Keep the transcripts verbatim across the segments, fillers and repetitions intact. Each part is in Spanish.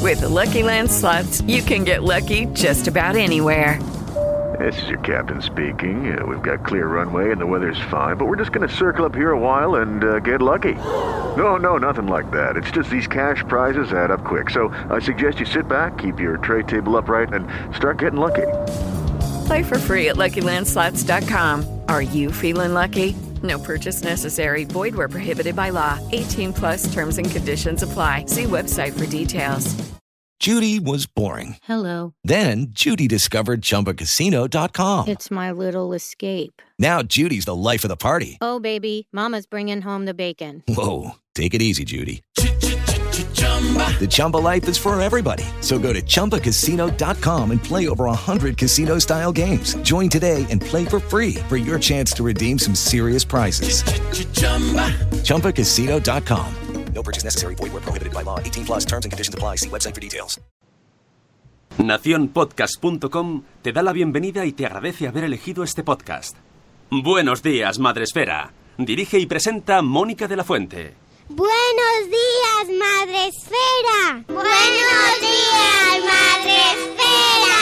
With the Lucky Land Slots, you can get lucky just about anywhere. This is your captain speaking. Uh, we've got clear runway and the weather's fine, but we're just going to circle up here a while and uh, get lucky. No, no, nothing like that. It's just these cash prizes add up quick. So I suggest you sit back, keep your tray table upright, and start getting lucky. Play for free at Lucky Land Slots dot com. Are you feeling lucky? No purchase necessary. Void where prohibited by law. eighteen plus terms and conditions apply. See website for details. Judy was boring. Hello. Then Judy discovered Chumba Casino dot com. It's my little escape. Now Judy's the life of the party. Oh, baby, mama's bringing home the bacon. Whoa, take it easy, Judy. The Chumba life is for everybody. So go to Chumba Casino dot com and play over one hundred casino-style games. Join today and play for free for your chance to redeem some serious prizes. Chumba Casino dot com. No purchase necessary. Void where prohibited by law. eighteen plus terms and conditions apply. See website for details. Nación Podcast punto com te da la bienvenida y te agradece haber elegido este podcast. Buenos días, Madresfera. Dirige y presenta Mónica de la Fuente. Buenos días, Madresfera. Buenos días, Madresfera.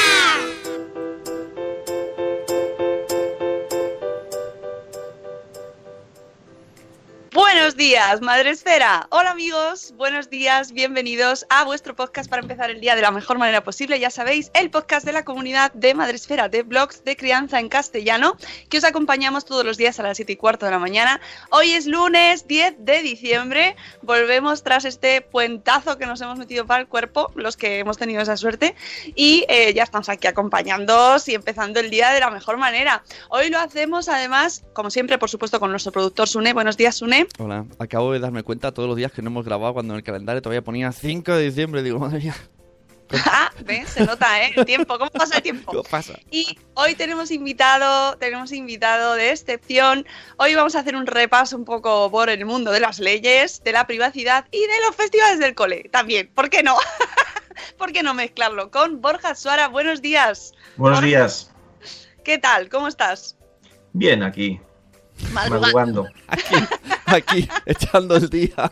Buenos días, Madresfera. Hola amigos, buenos días, bienvenidos a vuestro podcast para empezar el día de la mejor manera posible. Ya sabéis, el podcast de la comunidad de Madresfera, de blogs de crianza en castellano, que os acompañamos todos los días a las siete y cuarto de la mañana. Hoy es lunes diez de diciembre, volvemos tras este puentazo que nos hemos metido para el cuerpo, los que hemos tenido esa suerte, y eh, ya estamos aquí acompañándoos y empezando el día de la mejor manera. Hoy lo hacemos además, como siempre, por supuesto, con nuestro productor Sune. Buenos días, Sune. Hola, acabo de darme cuenta todos los días que no hemos grabado cuando en el calendario todavía ponía cinco de diciembre. Digo, madre mía. Ah, ¿ves? Se nota, ¿eh? El tiempo, ¿cómo pasa el tiempo? ¿Cómo pasa? Y hoy tenemos invitado, tenemos invitado de excepción. Hoy vamos a hacer un repaso un poco por el mundo de las leyes, de la privacidad y de los festivales del cole también. ¿Por qué no? ¿Por qué no mezclarlo con Borja Suara? Buenos días. Buenos Borja, días. ¿qué tal? ¿Cómo estás? Bien, aquí. Madrugando. Aquí, aquí, echando el día.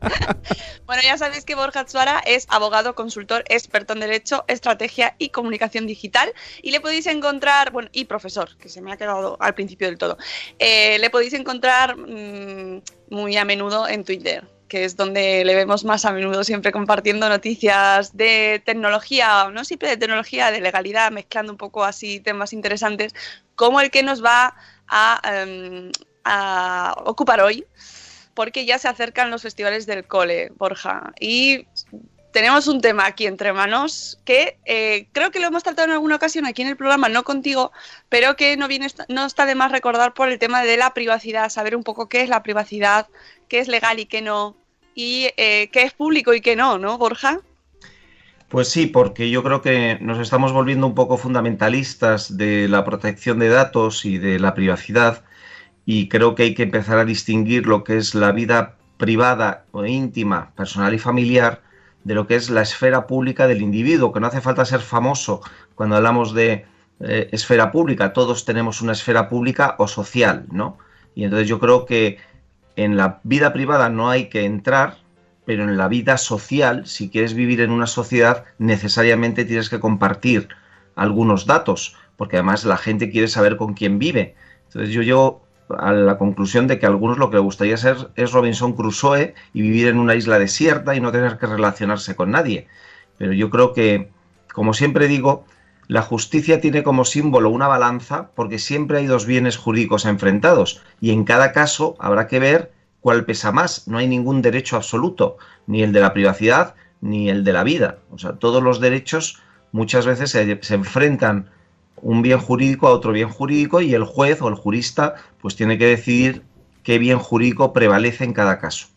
Bueno, ya sabéis que Borja Suara es abogado, consultor, experto en Derecho, Estrategia y Comunicación Digital. Y le podéis encontrar, bueno, y profesor, que se me ha quedado al principio del todo. Eh, le podéis encontrar mmm, muy a menudo en Twitter, que es donde le vemos más a menudo, siempre compartiendo noticias de tecnología, no siempre de tecnología, de legalidad, mezclando un poco así temas interesantes, como el que nos va a, um, a ocupar hoy, porque ya se acercan los festivales del cole, Borja, y tenemos un tema aquí entre manos que eh, creo que lo hemos tratado en alguna ocasión aquí en el programa, no contigo, pero que no, viene, no está de más recordar por el tema de la privacidad, saber un poco qué es la privacidad, qué es legal y qué no, y eh, qué es público y qué no, ¿no, Borja? Pues sí, porque yo creo que nos estamos volviendo un poco fundamentalistas de la protección de datos y de la privacidad, y creo que hay que empezar a distinguir lo que es la vida privada o íntima, personal y familiar, de lo que es la esfera pública del individuo, que no hace falta ser famoso cuando hablamos de eh, esfera pública. Todos tenemos una esfera pública o social, ¿no? Y entonces yo creo que en la vida privada no hay que entrar, pero en la vida social, si quieres vivir en una sociedad, necesariamente tienes que compartir algunos datos, porque además la gente quiere saber con quién vive. Entonces yo llego a la conclusión de que a algunos lo que les gustaría ser es Robinson Crusoe y vivir en una isla desierta y no tener que relacionarse con nadie. Pero yo creo que, como siempre digo, la justicia tiene como símbolo una balanza, porque siempre hay dos bienes jurídicos enfrentados y en cada caso habrá que ver cuál pesa más. No hay ningún derecho absoluto, ni el de la privacidad ni el de la vida. O sea, todos los derechos muchas veces se, se enfrentan un bien jurídico a otro bien jurídico y el juez o el jurista pues tiene que decidir qué bien jurídico prevalece en cada caso.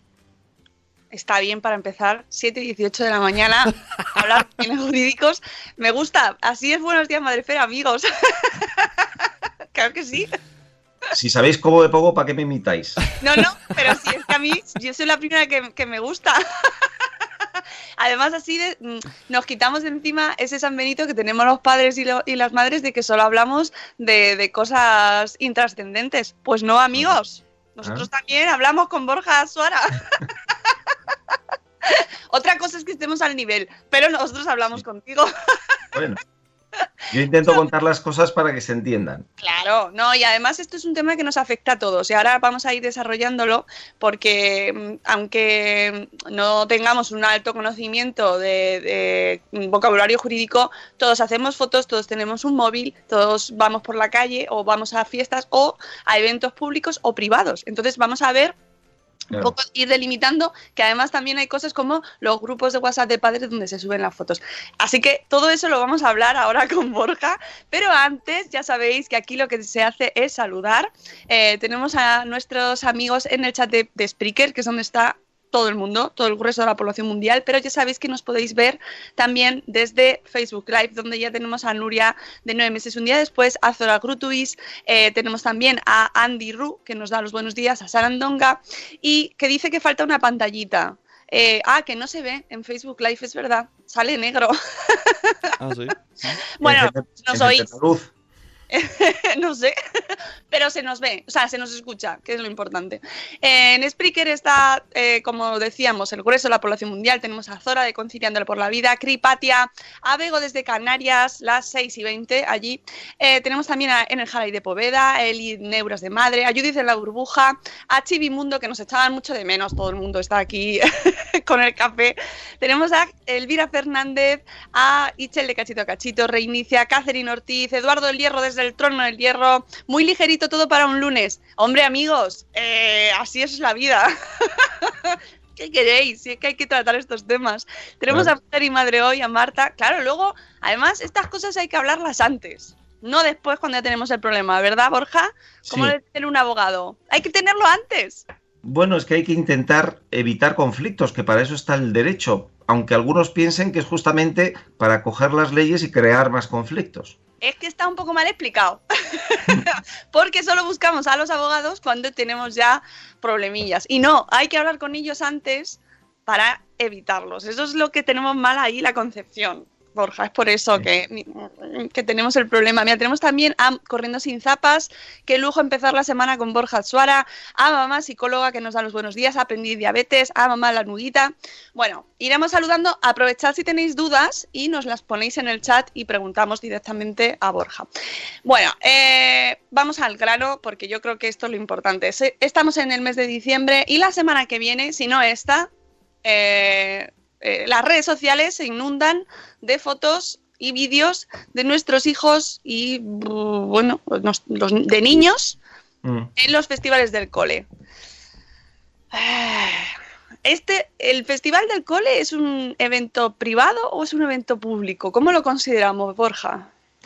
Está bien para empezar, siete y dieciocho de la mañana, hablar de bienes jurídicos. Me gusta, así es Buenos días, Madresfera, amigos. Claro que sí. Si sabéis cómo me pongo, ¿para qué me imitáis? No, no, pero sí, es que a mí, yo soy la primera que, que me gusta. Además, así de, nos quitamos de encima ese San Benito que tenemos los padres y, lo, y las madres de que solo hablamos de, de cosas intrascendentes. Pues no, amigos, nosotros ¿Ah? también hablamos con Borja Suara. Otra cosa es que estemos al nivel, pero nosotros hablamos sí. contigo. Bueno. Yo intento contar las cosas para que se entiendan. Claro, no, y además esto es un tema que nos afecta a todos y ahora vamos a ir desarrollándolo porque aunque no tengamos un alto conocimiento de, de vocabulario jurídico, todos hacemos fotos, todos tenemos un móvil, todos vamos por la calle o vamos a fiestas o a eventos públicos o privados. Entonces vamos a ver un poco ir delimitando que además también hay cosas como los grupos de WhatsApp de padres donde se suben las fotos. Así que todo eso lo vamos a hablar ahora con Borja, pero antes ya sabéis que aquí lo que se hace es saludar. Eh, tenemos a nuestros amigos en el chat de, de Spreaker, que es donde está todo el mundo, todo el grueso de la población mundial, pero ya sabéis que nos podéis ver también desde Facebook Live, donde ya tenemos a Nuria de nueve meses un día después, a Zora Grutuis, eh, tenemos también a Andy Ru, que nos da los buenos días, a Sarandonga, y que dice que falta una pantallita. Eh, ah, que no se ve en Facebook Live, es verdad, sale negro. Ah, sí. Bueno, nos oís. No sé, pero se nos ve, o sea, se nos escucha, que es lo importante. Eh, en Spreaker está, eh, como decíamos, el grueso de la población mundial. Tenemos a Zora de Conciliándole por la Vida, Cripatia, a Bego desde Canarias, las seis y veinte allí. Eh, tenemos también a Enerjalay de Poveda, a Eli Neuras de Madre, a Judith de la Burbuja, a Chivimundo, que nos echaban mucho de menos, todo el mundo está aquí con el café. Tenemos a Elvira Fernández, a Ichel de Cachito a Cachito, Reinicia, Catherine Ortiz, Eduardo del Hierro desde el Trono del Hierro. Muy ligerito todo para un lunes. Hombre, amigos, eh, así es la vida. ¿Qué queréis? Si es que hay que tratar estos temas. Tenemos a Padre y Madre hoy, a Marta. Claro, luego, además, estas cosas hay que hablarlas antes, no después cuando ya tenemos el problema, ¿verdad, Borja? ¿Cómo sí. debe tener un abogado? Hay que tenerlo antes. Bueno, es que hay que intentar evitar conflictos, que para eso está el derecho, aunque algunos piensen que es justamente para coger las leyes y crear más conflictos. Es que está un poco mal explicado, porque solo buscamos a los abogados cuando tenemos ya problemillas. Y no, hay que hablar con ellos antes para evitarlos. Eso es lo que tenemos mal ahí, la concepción, Borja. Es por eso que, que tenemos el problema. Mira, tenemos también a Corriendo Sin Zapas. Qué lujo empezar la semana con Borja Suara. A mamá psicóloga que nos da los buenos días. Aprendí diabetes. A mamá la nuguita. Bueno, iremos saludando. Aprovechad si tenéis dudas y nos las ponéis en el chat y preguntamos directamente a Borja. Bueno, eh, vamos al grano porque yo creo que esto es lo importante. Estamos en el mes de diciembre y la semana que viene, si no esta, eh, eh, las redes sociales se inundan de fotos y vídeos de nuestros hijos y, bueno, los, los, de niños mm. en los festivales del cole. Este, ¿el festival del cole es un evento privado o es un evento público? ¿Cómo lo consideramos, Borja?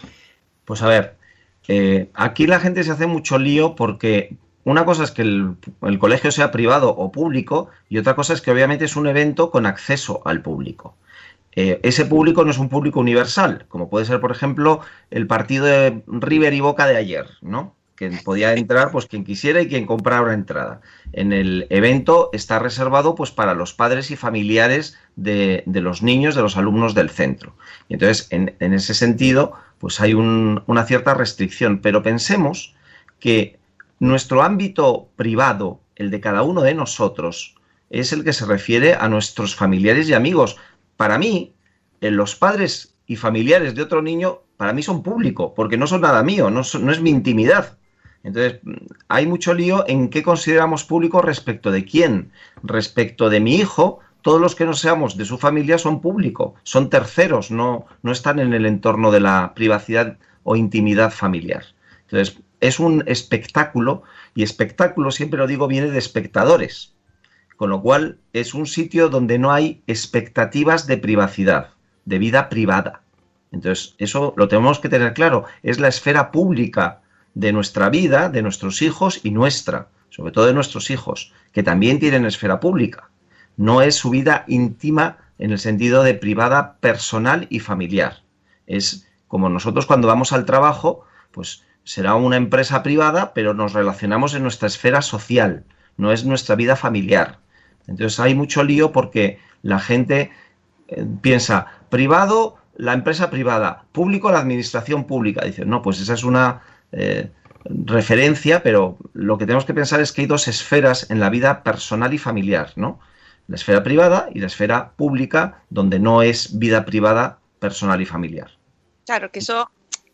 Pues a ver, eh, aquí la gente se hace mucho lío porque una cosa es que el, el colegio sea privado o público y otra cosa es que obviamente es un evento con acceso al público. Eh, ese público no es un público universal, como puede ser, por ejemplo, el partido de River y Boca de ayer, ¿no? Que podía entrar pues quien quisiera y quien comprara una entrada. En el evento está reservado pues para los padres y familiares de, de los niños, de los alumnos del centro. Y entonces, en, en ese sentido, pues hay un, una cierta restricción. Pero pensemos que nuestro ámbito privado, el de cada uno de nosotros, es el que se refiere a nuestros familiares y amigos. Para mí, los padres y familiares de otro niño, para mí son público, porque no son nada mío, no, son, no es mi intimidad. Entonces, hay mucho lío en qué consideramos público respecto de quién. Respecto de mi hijo, todos los que no seamos de su familia son público, son terceros, no, no están en el entorno de la privacidad o intimidad familiar. Entonces, es un espectáculo, y espectáculo, siempre lo digo, viene de espectadores, con lo cual es un sitio donde no hay expectativas de privacidad, de vida privada. Entonces, eso lo tenemos que tener claro, es la esfera pública de nuestra vida, de nuestros hijos y nuestra, sobre todo de nuestros hijos, que también tienen esfera pública. No es su vida íntima en el sentido de privada, personal y familiar. Es como nosotros cuando vamos al trabajo, pues será una empresa privada, pero nos relacionamos en nuestra esfera social, no es nuestra vida familiar. Entonces hay mucho lío porque la gente eh, piensa, privado, la empresa privada, público, la administración pública. Dice, no, pues esa es una eh, referencia, pero lo que tenemos que pensar es que hay dos esferas en la vida personal y familiar, ¿no? la esfera privada y la esfera pública, donde no es vida privada, personal y familiar. Claro, que eso,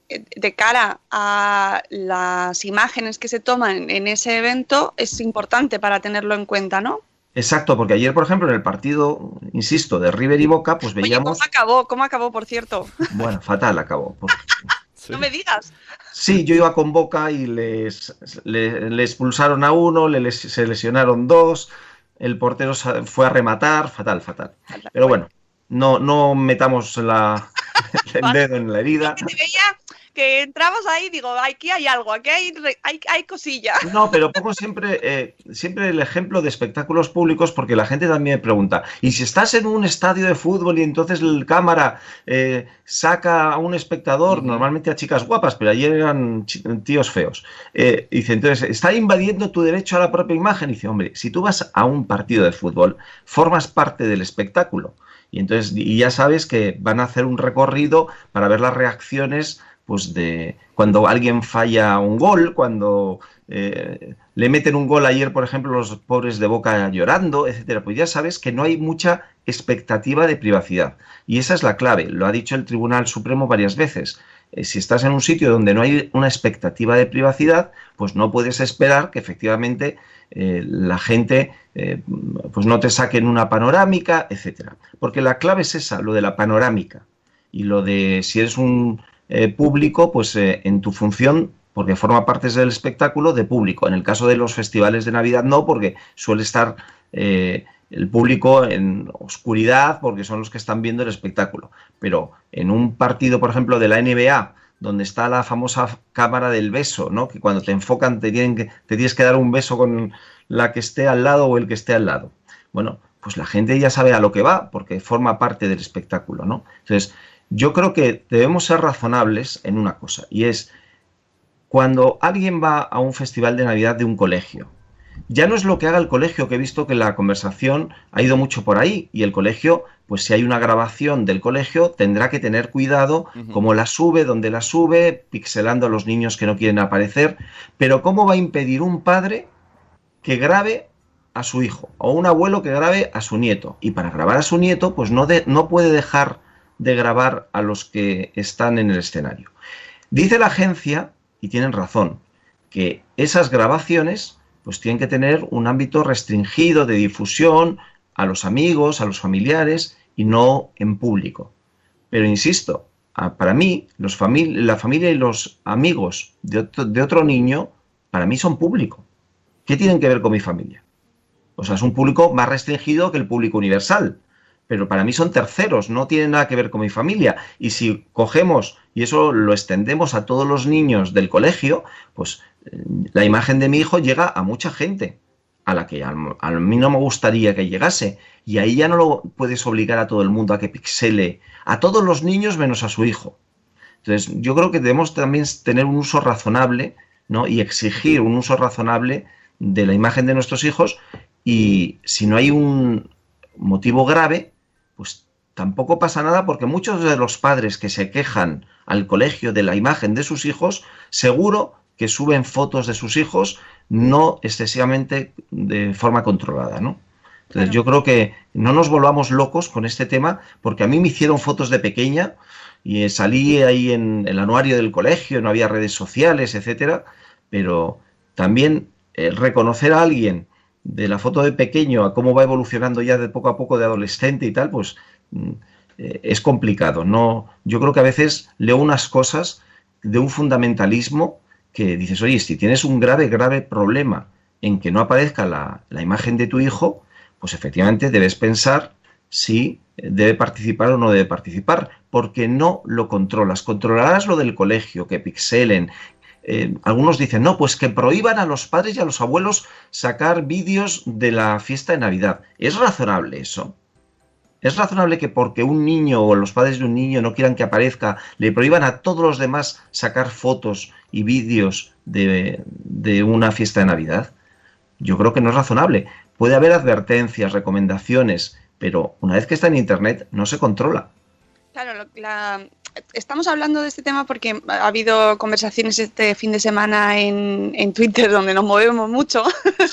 de cara a las imágenes que se toman en ese evento, es importante para tenerlo en cuenta, ¿no? Exacto, porque ayer, por ejemplo, en el partido, insisto, de River y Boca, pues veíamos... Oye, ¿cómo acabó? ¿Cómo acabó, por cierto? Bueno, fatal acabó. Porque... Sí. No me digas. Sí, yo iba con Boca y les, les, les expulsaron a uno, les, se lesionaron dos, el portero fue a rematar, fatal, fatal. Pero bueno, no, no metamos la, el dedo en la herida. Que te veía que entrabas ahí y digo, aquí hay algo, aquí hay, hay, hay cosilla. No, pero pongo siempre, eh, siempre el ejemplo de espectáculos públicos, porque la gente también me pregunta, ¿y si estás en un estadio de fútbol y entonces el cámara eh, saca a un espectador, uh-huh. normalmente a chicas guapas, pero ayer eran tíos feos, eh, dice, entonces, ¿está invadiendo tu derecho a la propia imagen? Y dice, hombre, si tú vas a un partido de fútbol, formas parte del espectáculo. Y entonces y ya sabes que van a hacer un recorrido para ver las reacciones, pues de cuando alguien falla un gol, cuando eh, le meten un gol ayer, por ejemplo, los pobres de Boca llorando, etcétera. Pues ya sabes que no hay mucha expectativa de privacidad. Y esa es la clave, lo ha dicho el Tribunal Supremo varias veces. Eh, si estás en un sitio donde no hay una expectativa de privacidad, pues no puedes esperar que efectivamente eh, la gente eh, pues no te saquen una panorámica, etcétera. Porque la clave es esa, lo de la panorámica. Y lo de si eres un eh, público, pues eh, en tu función, porque forma parte del espectáculo, de público. En el caso de los festivales de Navidad no, porque suele estar eh, el público en oscuridad, porque son los que están viendo el espectáculo. Pero en un partido, por ejemplo, de la N B A, donde está la famosa cámara del beso, ¿no? Que cuando te enfocan te, tienen que, te tienes que dar un beso con la que esté al lado o el que esté al lado. Bueno, pues la gente ya sabe a lo que va, porque forma parte del espectáculo, ¿no? Entonces, yo creo que debemos ser razonables en una cosa, y es cuando alguien va a un festival de Navidad de un colegio, ya no es lo que haga el colegio, que he visto que la conversación ha ido mucho por ahí, y el colegio, pues si hay una grabación del colegio, tendrá que tener cuidado uh-huh. cómo la sube, dónde la sube, pixelando a los niños que no quieren aparecer, pero ¿cómo va a impedir un padre que grabe a su hijo, o un abuelo que grabe a su nieto? Y para grabar a su nieto, pues no, de, no puede dejar de grabar a los que están en el escenario. Dice la agencia, y tienen razón, que esas grabaciones pues tienen que tener un ámbito restringido de difusión a los amigos, a los familiares y no en público. Pero insisto, para mí, los famili- la familia y los amigos de otro, de otro niño, para mí son público. ¿Qué tienen que ver con mi familia? O sea, es un público más restringido que el público universal. Pero para mí son terceros, no tienen nada que ver con mi familia. Y si cogemos, y eso lo extendemos a todos los niños del colegio, pues eh, la imagen de mi hijo llega a mucha gente, a la que a, a mí no me gustaría que llegase. Y ahí ya no lo puedes obligar a todo el mundo a que pixele, a todos los niños menos a su hijo. Entonces, yo creo que debemos también tener un uso razonable, ¿no? Y exigir un uso razonable de la imagen de nuestros hijos. Y si no hay un motivo grave, pues tampoco pasa nada, porque muchos de los padres que se quejan al colegio de la imagen de sus hijos, seguro que suben fotos de sus hijos no excesivamente de forma controlada, ¿no? Entonces, claro, yo creo que no nos volvamos locos con este tema, porque a mí me hicieron fotos de pequeña y salí ahí en el anuario del colegio, no había redes sociales, etcétera, pero también eh, reconocer a alguien de la foto de pequeño a cómo va evolucionando ya de poco a poco de adolescente y tal, pues eh, es complicado. No, yo creo que a veces leo unas cosas de un fundamentalismo que dices, oye, si tienes un grave, grave problema en que no aparezca la, la imagen de tu hijo, pues efectivamente debes pensar si debe participar o no debe participar, porque no lo controlas. Controlarás lo del colegio, que pixelen. Eh, algunos dicen, no, pues que prohíban a los padres y a los abuelos sacar vídeos de la fiesta de Navidad. ¿Es razonable eso? ¿Es razonable que porque un niño o los padres de un niño no quieran que aparezca, le prohíban a todos los demás sacar fotos y vídeos de, de una fiesta de Navidad? Yo creo que no es razonable. Puede haber advertencias, recomendaciones, pero una vez que está en Internet no se controla. Claro, lo, la, estamos hablando de este tema porque ha habido conversaciones este fin de semana en, en Twitter donde nos movemos mucho,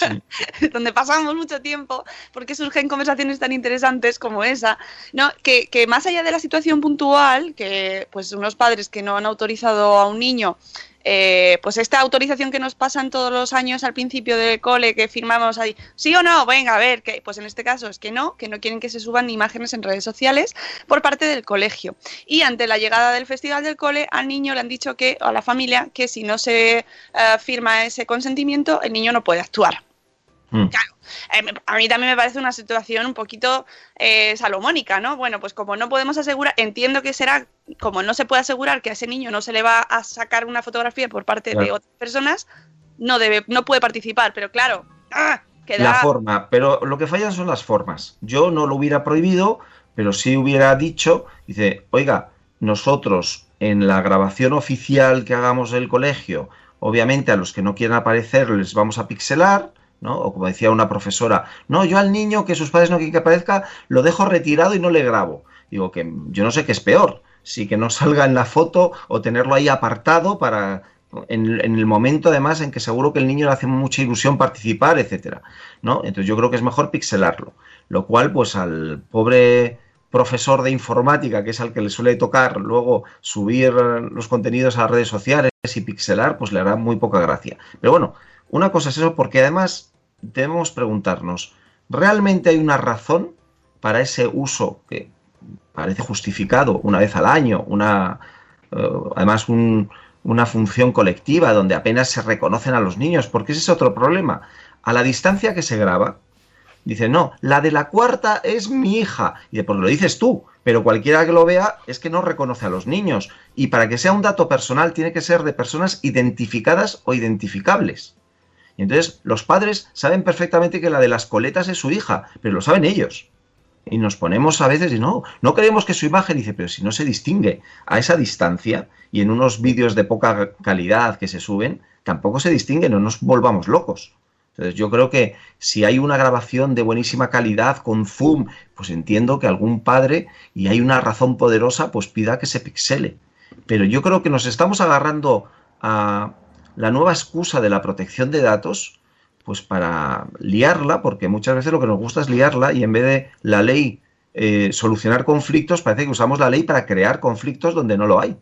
sí. donde pasamos mucho tiempo, porque surgen conversaciones tan interesantes como esa, ¿no? Que, que más allá de la situación puntual, que pues unos padres que no han autorizado a un niño, Eh, pues esta autorización que nos pasan todos los años al principio del cole, que firmamos ahí, sí o no, venga, a ver, que pues en este caso es que no, que no quieren que se suban imágenes en redes sociales por parte del colegio. Y ante la llegada del festival del cole, al niño le han dicho que, a la familia, que si no se uh, firma ese consentimiento, el niño no puede actuar. Mm. Claro, eh, a mí también me parece una situación un poquito eh, salomónica, ¿no? Bueno, pues como no podemos asegurar, entiendo que será, como no se puede asegurar que a ese niño no se le va a sacar una fotografía por parte claro. de otras personas, no debe, no puede participar, pero claro, ¡ah! Queda... La forma, pero lo que fallan son las formas. Yo no lo hubiera prohibido, pero sí hubiera dicho, dice, oiga, nosotros en la grabación oficial que hagamos del colegio, obviamente a los que no quieran aparecer les vamos a pixelar, ¿no? O como decía una profesora, no, yo al niño que sus padres no quieren que aparezca, lo dejo retirado y no le grabo. Digo que yo no sé qué es peor, si que no salga en la foto o tenerlo ahí apartado para en, en el momento además en que seguro que el niño le hace mucha ilusión participar, etcétera, ¿no? Entonces yo creo que es mejor pixelarlo, lo cual pues al pobre profesor de informática, que es al que le suele tocar luego subir los contenidos a las redes sociales y pixelar, pues le hará muy poca gracia. Pero bueno, una cosa es eso, porque además debemos preguntarnos, ¿realmente hay una razón para ese uso que parece justificado una vez al año, una uh, además un, una función colectiva donde apenas se reconocen a los niños? Porque ese es otro problema. A la distancia que se graba, dice, no, la de la cuarta es mi hija. Y pues lo dices tú, pero cualquiera que lo vea es que no reconoce a los niños. Y para que sea un dato personal tiene que ser de personas identificadas o identificables. Y entonces los padres saben perfectamente que la de las coletas es su hija, pero lo saben ellos. Y nos ponemos a veces y no, no queremos que su imagen, dice, pero si no se distingue a esa distancia y en unos vídeos de poca calidad que se suben, tampoco se distingue, no nos volvamos locos. Entonces yo creo que si hay una grabación de buenísima calidad con zoom, pues entiendo que algún padre, y hay una razón poderosa, pues pida que se pixele. Pero yo creo que nos estamos agarrando a la nueva excusa de la protección de datos, pues para liarla, porque muchas veces lo que nos gusta es liarla y en vez de la ley eh, solucionar conflictos, parece que usamos la ley para crear conflictos donde no lo hay.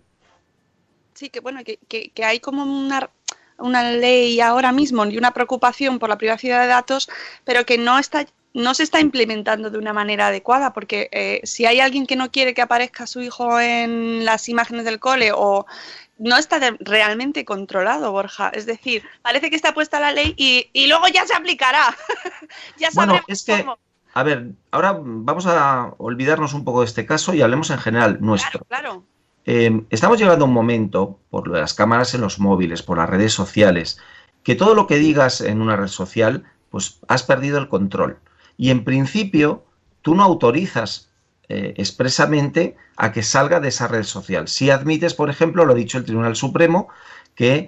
Sí, que bueno, que, que, que hay como una, una ley ahora mismo y una preocupación por la privacidad de datos, pero que no está no se está implementando de una manera adecuada, porque eh, si hay alguien que no quiere que aparezca su hijo en las imágenes del cole o no está de, realmente controlado, Borja. Es decir, parece que está puesta la ley y, y luego ya se aplicará. Ya sabremos bueno, es que, cómo. A ver, ahora vamos a olvidarnos un poco de este caso y hablemos en general nuestro. Claro, claro. Eh, estamos llegando a un momento, por las cámaras en los móviles, por las redes sociales, que todo lo que digas en una red social, pues has perdido el control. Y en principio, tú no autorizas eh, expresamente a que salga de esa red social. Si admites, por ejemplo, lo ha dicho el Tribunal Supremo, que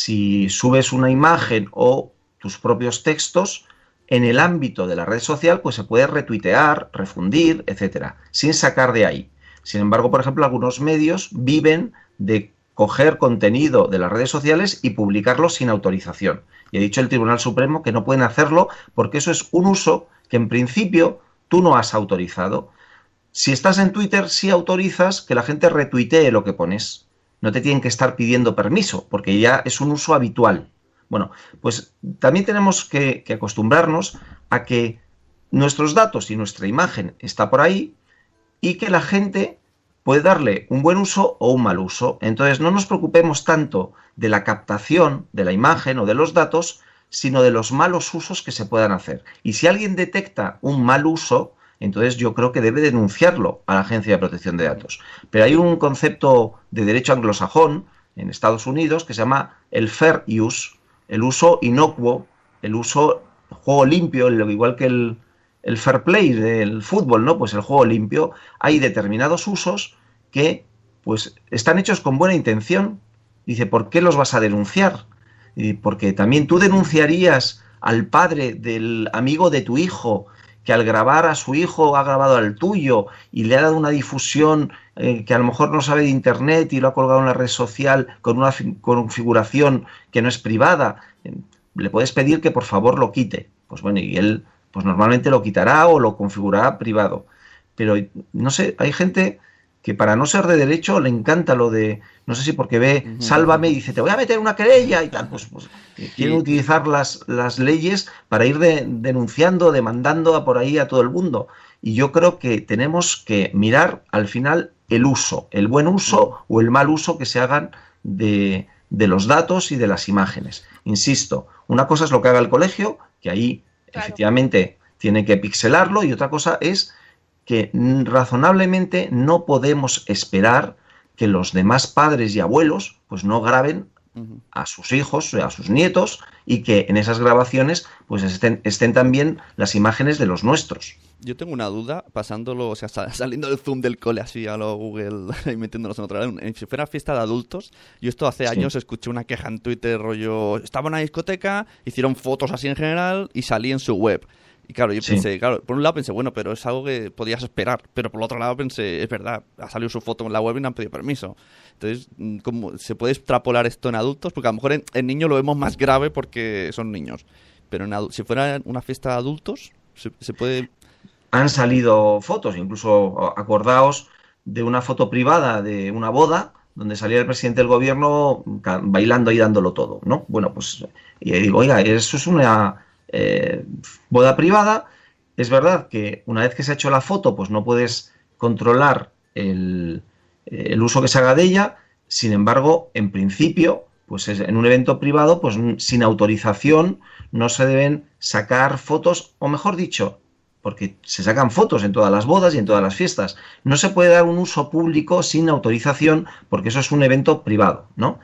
si subes una imagen o tus propios textos en el ámbito de la red social, pues se puede retuitear, refundir, etcétera, sin sacar de ahí. Sin embargo, por ejemplo, algunos medios viven de coger contenido de las redes sociales y publicarlo sin autorización. Y ha dicho el Tribunal Supremo que no pueden hacerlo porque eso es un uso que en principio tú no has autorizado. Si estás en Twitter, sí autorizas que la gente retuitee lo que pones. No te tienen que estar pidiendo permiso porque ya es un uso habitual. Bueno, pues también tenemos que, que acostumbrarnos a que nuestros datos y nuestra imagen está por ahí y que la gente puede darle un buen uso o un mal uso. Entonces no nos preocupemos tanto de la captación de la imagen o de los datos, sino de los malos usos que se puedan hacer. Y si alguien detecta un mal uso, entonces yo creo que debe denunciarlo a la Agencia de Protección de Datos. Pero hay un concepto de derecho anglosajón en Estados Unidos que se llama el fair use, el uso inocuo, el uso juego limpio, igual que el, el fair play del fútbol, ¿no? Pues el juego limpio. Hay determinados usos que pues están hechos con buena intención. Dice, ¿por qué los vas a denunciar? Y porque también tú denunciarías al padre del amigo de tu hijo que al grabar a su hijo ha grabado al tuyo y le ha dado una difusión eh, que a lo mejor no sabe de internet y lo ha colgado en una red social con una configuración que no es privada, eh, le puedes pedir que por favor lo quite. Pues bueno, y él pues normalmente lo quitará o lo configurará privado. Pero no sé, hay gente que para no ser de derecho le encanta lo de, no sé si porque ve uh-huh. Sálvame y dice, te voy a meter una querella y tal, pues, pues quieren sí. utilizar las, las leyes para ir de, denunciando, demandando a por ahí a todo el mundo. Y yo creo que tenemos que mirar al final el uso, el buen uso o el mal uso que se hagan de, de los datos y de las imágenes. Insisto, una cosa es lo que haga el colegio, que ahí claro. efectivamente tiene que pixelarlo, y otra cosa es que razonablemente no podemos esperar que los demás padres y abuelos pues no graben uh-huh. a sus hijos, a sus nietos, y que en esas grabaciones pues estén, estén también las imágenes de los nuestros. Yo tengo una duda, pasándolo, o sea, saliendo del Zoom del cole así a lo Google y metiéndonos en otra vez. Si fuera fiesta de adultos, yo esto hace sí. años escuché una queja en Twitter, rollo, estaba en una discoteca, hicieron fotos así en general y salí en su web. Y claro, yo sí. pensé, claro, por un lado pensé, bueno, pero es algo que podías esperar, pero por el otro lado pensé, es verdad, ha salido su foto en la web y no han pedido permiso. Entonces, ¿cómo se puede extrapolar esto en adultos? Porque a lo mejor en, en niños lo vemos más grave porque son niños, pero en adu- si fuera una fiesta de adultos, se, se puede... Han salido fotos, incluso acordaos de una foto privada de una boda donde salía el presidente del gobierno bailando y dándolo todo, ¿no? Bueno, pues y digo, oiga, eso es una eh, boda privada. Es verdad que una vez que se ha hecho la foto, pues no puedes controlar el, el uso que se haga de ella. Sin embargo, en principio, pues en un evento privado, pues sin autorización no se deben sacar fotos, o mejor dicho, porque se sacan fotos en todas las bodas y en todas las fiestas. No se puede dar un uso público sin autorización, porque eso es un evento privado, ¿no?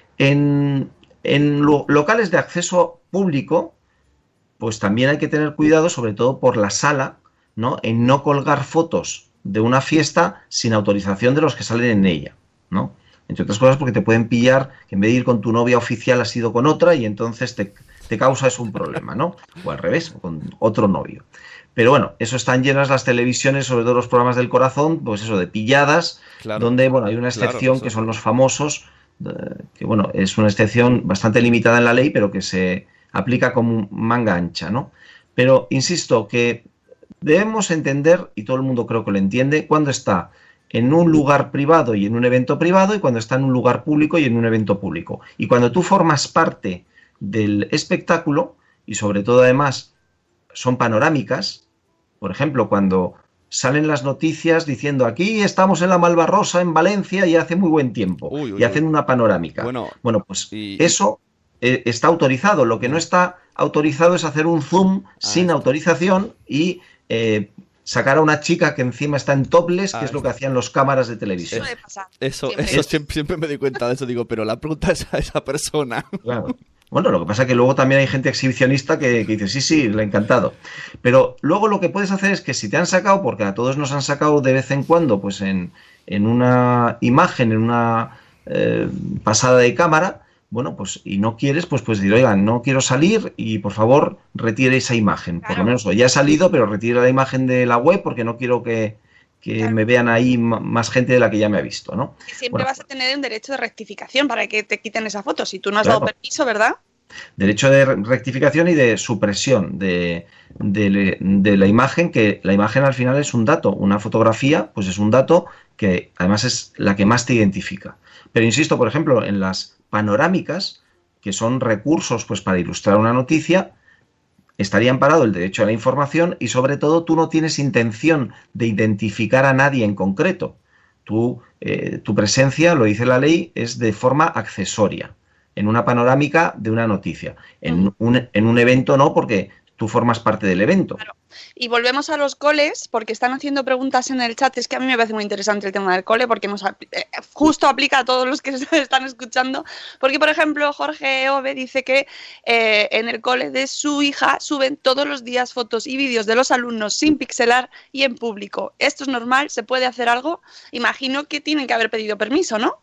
En, en lo, locales de acceso público, pues también hay que tener cuidado, sobre todo por la sala, ¿no? En no colgar fotos de una fiesta sin autorización de los que salen en ella, ¿no? Entre otras cosas porque te pueden pillar que en vez de ir con tu novia oficial has ido con otra y entonces te, te causa eso un problema, ¿no? O al revés, con otro novio. Pero bueno, eso están llenas las televisiones, sobre todo los programas del corazón, pues eso, de pilladas, claro, donde, bueno, hay una excepción, claro, que son los famosos, que bueno, es una excepción bastante limitada en la ley, pero que se aplica como manga ancha, ¿no? Pero insisto que debemos entender, y todo el mundo creo que lo entiende, cuando está en un lugar privado y en un evento privado, y cuando está en un lugar público y en un evento público. Y cuando tú formas parte del espectáculo, y sobre todo además son panorámicas, por ejemplo, cuando salen las noticias diciendo aquí estamos en la Malvarrosa, en Valencia, y hace muy buen tiempo, uy, uy, y hacen una panorámica. Bueno, bueno pues y... eso eh, está autorizado. Lo que no está autorizado es hacer un zoom ah, sin está. autorización y eh, sacar a una chica que encima está en topless, que ah, es lo que hacían los cámaras de televisión. Eso, eso, siempre. eso siempre, siempre me doy cuenta de eso, digo, pero la pregunta es a esa persona. Claro. Bueno, lo que pasa es que luego también hay gente exhibicionista que, que dice, sí, sí, le ha encantado. Pero luego lo que puedes hacer es que si te han sacado, porque a todos nos han sacado de vez en cuando, pues en, en una imagen, en una eh, pasada de cámara, bueno, pues y no quieres, pues pues decir, oigan, no quiero salir y por favor retire esa imagen. Claro. Por lo menos, o ya he salido, pero retire la imagen de la web porque no quiero que... que claro. me vean ahí más gente de la que ya me ha visto, ¿no? Y siempre bueno, vas a tener un derecho de rectificación para que te quiten esa foto, si tú no has claro. dado permiso, ¿verdad? Derecho de rectificación y de supresión de, de, de la imagen, que la imagen al final es un dato, una fotografía pues es un dato que además es la que más te identifica. Pero insisto, por ejemplo, en las panorámicas, que son recursos pues para ilustrar una noticia, estaría amparado el derecho a la información y sobre todo tú no tienes intención de identificar a nadie en concreto. Tú, eh, tu presencia, lo dice la ley, es de forma accesoria, en una panorámica de una noticia. En un, en un evento no, porque tú formas parte del evento. Claro. Y volvemos a los coles, porque están haciendo preguntas en el chat. Es que a mí me parece muy interesante el tema del cole, porque nos eh, justo aplica a todos los que se están escuchando. Porque, por ejemplo, Jorge Ove dice que eh, en el cole de su hija suben todos los días fotos y vídeos de los alumnos sin pixelar y en público. ¿Esto es normal? ¿Se puede hacer algo? Imagino que tienen que haber pedido permiso, ¿no?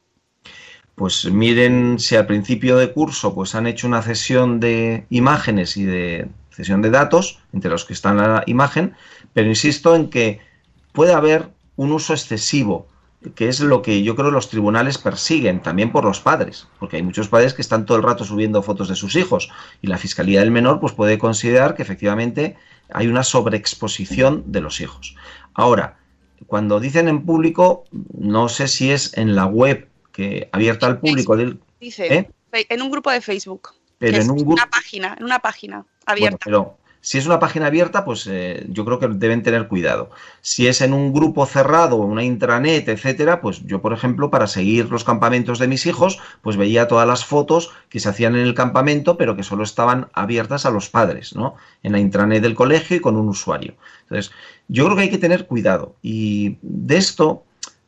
Pues miren si al principio de curso pues han hecho una cesión de imágenes y de cesión de datos entre los que está en la imagen, pero insisto en que puede haber un uso excesivo que es lo que yo creo los tribunales persiguen, también por los padres, porque hay muchos padres que están todo el rato subiendo fotos de sus hijos y la Fiscalía del Menor pues puede considerar que efectivamente hay una sobreexposición de los hijos. Ahora, cuando dicen en público, no sé si es en la web que abierta al público. Del, Dice, ¿eh? en un grupo de Facebook. Pero en un grupo, una página, en una página abierta. Bueno, pero si es una página abierta, pues eh, yo creo que deben tener cuidado. Si es en un grupo cerrado, una intranet, etcétera, pues yo, por ejemplo, para seguir los campamentos de mis hijos, pues veía todas las fotos que se hacían en el campamento, pero que solo estaban abiertas a los padres, ¿no? En la intranet del colegio y con un usuario. Entonces, yo creo que hay que tener cuidado. Y de esto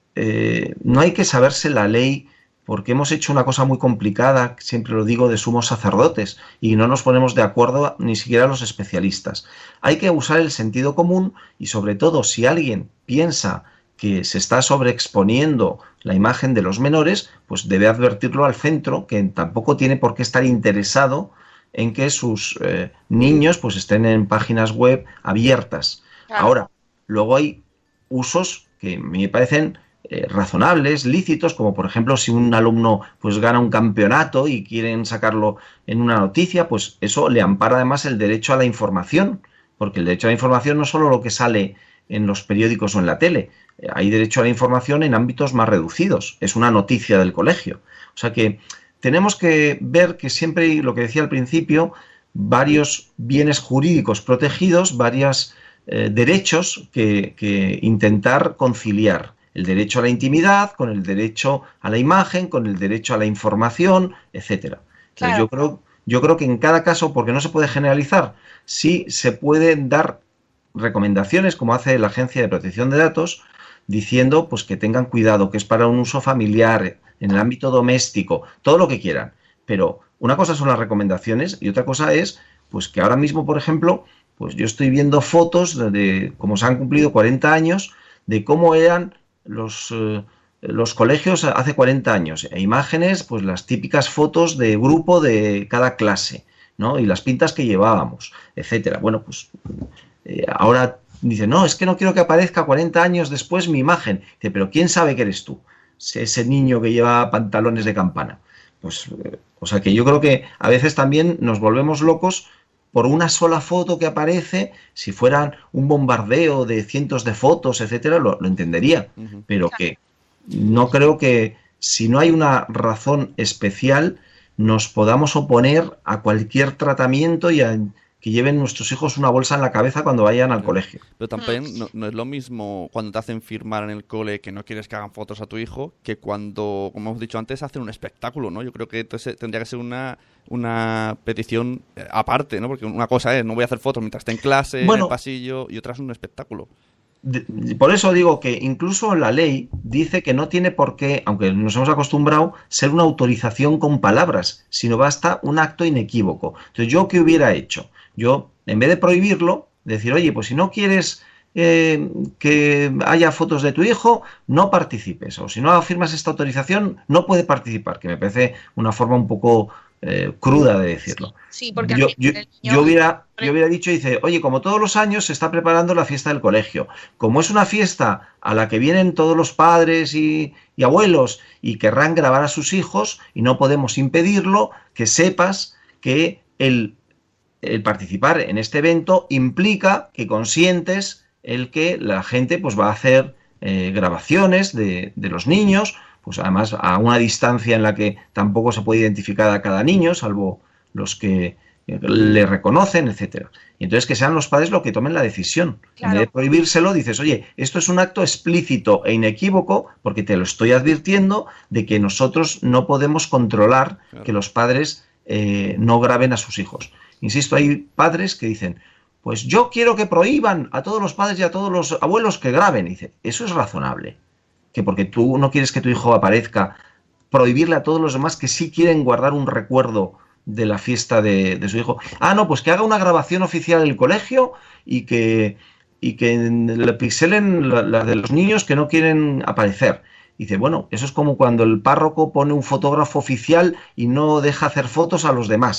eh, no hay que saberse la ley, porque hemos hecho una cosa muy complicada, siempre lo digo, de sumos sacerdotes, y no nos ponemos de acuerdo ni siquiera los especialistas. Hay que usar el sentido común y, sobre todo, si alguien piensa que se está sobreexponiendo la imagen de los menores, pues debe advertirlo al centro, que tampoco tiene por qué estar interesado en que sus eh, niños pues estén en páginas web abiertas. Claro. Ahora, luego hay usos que me parecen Eh, razonables, lícitos, como por ejemplo si un alumno pues gana un campeonato y quieren sacarlo en una noticia, pues eso le ampara además el derecho a la información, porque el derecho a la información no es solo lo que sale en los periódicos o en la tele, eh, hay derecho a la información en ámbitos más reducidos, es una noticia del colegio. O sea que tenemos que ver que siempre hay, lo que decía al principio, varios bienes jurídicos protegidos, varios eh, derechos que, que intentar conciliar. El derecho a la intimidad, con el derecho a la imagen, con el derecho a la información, etcétera. Claro. Yo creo, yo creo que en cada caso, porque no se puede generalizar, sí se pueden dar recomendaciones, como hace la Agencia de Protección de Datos, diciendo pues que tengan cuidado, que es para un uso familiar, en el ámbito doméstico, todo lo que quieran. Pero una cosa son las recomendaciones y otra cosa es pues que ahora mismo, por ejemplo, pues yo estoy viendo fotos de, de cómo se han cumplido cuarenta años, de cómo eran Los, eh, los colegios hace cuarenta años, e imágenes, pues las típicas fotos de grupo de cada clase, ¿no? Y las pintas que llevábamos, etcétera. Bueno, pues eh, ahora dicen, no, es que no quiero que aparezca cuarenta años después mi imagen. Dice, pero ¿quién sabe que eres tú? Ese niño que lleva pantalones de campana. Pues, eh, o sea que yo creo que a veces también nos volvemos locos por una sola foto que aparece. Si fueran un bombardeo de cientos de fotos, etcétera, lo, lo entendería. Uh-huh. Pero que no creo que, si no hay una razón especial, nos podamos oponer a cualquier tratamiento y a que lleven nuestros hijos una bolsa en la cabeza cuando vayan al sí. colegio. Pero también no, no es lo mismo cuando te hacen firmar en el cole que no quieres que hagan fotos a tu hijo, que cuando, como hemos dicho antes, hacen un espectáculo, ¿no? Yo creo que entonces tendría que ser una, una petición aparte, ¿no? Porque una cosa es, no voy a hacer fotos mientras esté en clase, bueno, en el pasillo, y otra es un espectáculo. De, por eso digo que incluso la ley dice que no tiene por qué, aunque nos hemos acostumbrado, ser una autorización con palabras, sino basta un acto inequívoco. Entonces, ¿yo qué hubiera hecho? Yo, en vez de prohibirlo, decir, oye, pues si no quieres eh, que haya fotos de tu hijo, no participes. O si no firmas esta autorización, no puede participar, que me parece una forma un poco eh, cruda de decirlo. Sí, porque yo, yo, yo, hubiera, yo hubiera dicho, dice, oye, como todos los años se está preparando la fiesta del colegio. Como es una fiesta a la que vienen todos los padres y, y abuelos y querrán grabar a sus hijos y no podemos impedirlo, que sepas que el... el participar en este evento implica que consientes el que la gente pues va a hacer eh, grabaciones de, de los niños, pues además a una distancia en la que tampoco se puede identificar a cada niño, salvo los que le reconocen, etcétera. Y entonces que sean los padres los que tomen la decisión. Claro. En vez de prohibírselo, dices, oye, esto es un acto explícito e inequívoco porque te lo estoy advirtiendo de que nosotros no podemos controlar claro. que los padres eh, no graben a sus hijos. Insisto, hay padres que dicen, pues yo quiero que prohíban a todos los padres y a todos los abuelos que graben. Y dice, eso es razonable. Que porque tú no quieres que tu hijo aparezca, prohibirle a todos los demás que sí quieren guardar un recuerdo de la fiesta de, de su hijo. Ah, no, pues que haga una grabación oficial del colegio y que, y que le pixelen la, la de los niños que no quieren aparecer. Y dice, bueno, eso es como cuando el párroco pone un fotógrafo oficial y no deja hacer fotos a los demás.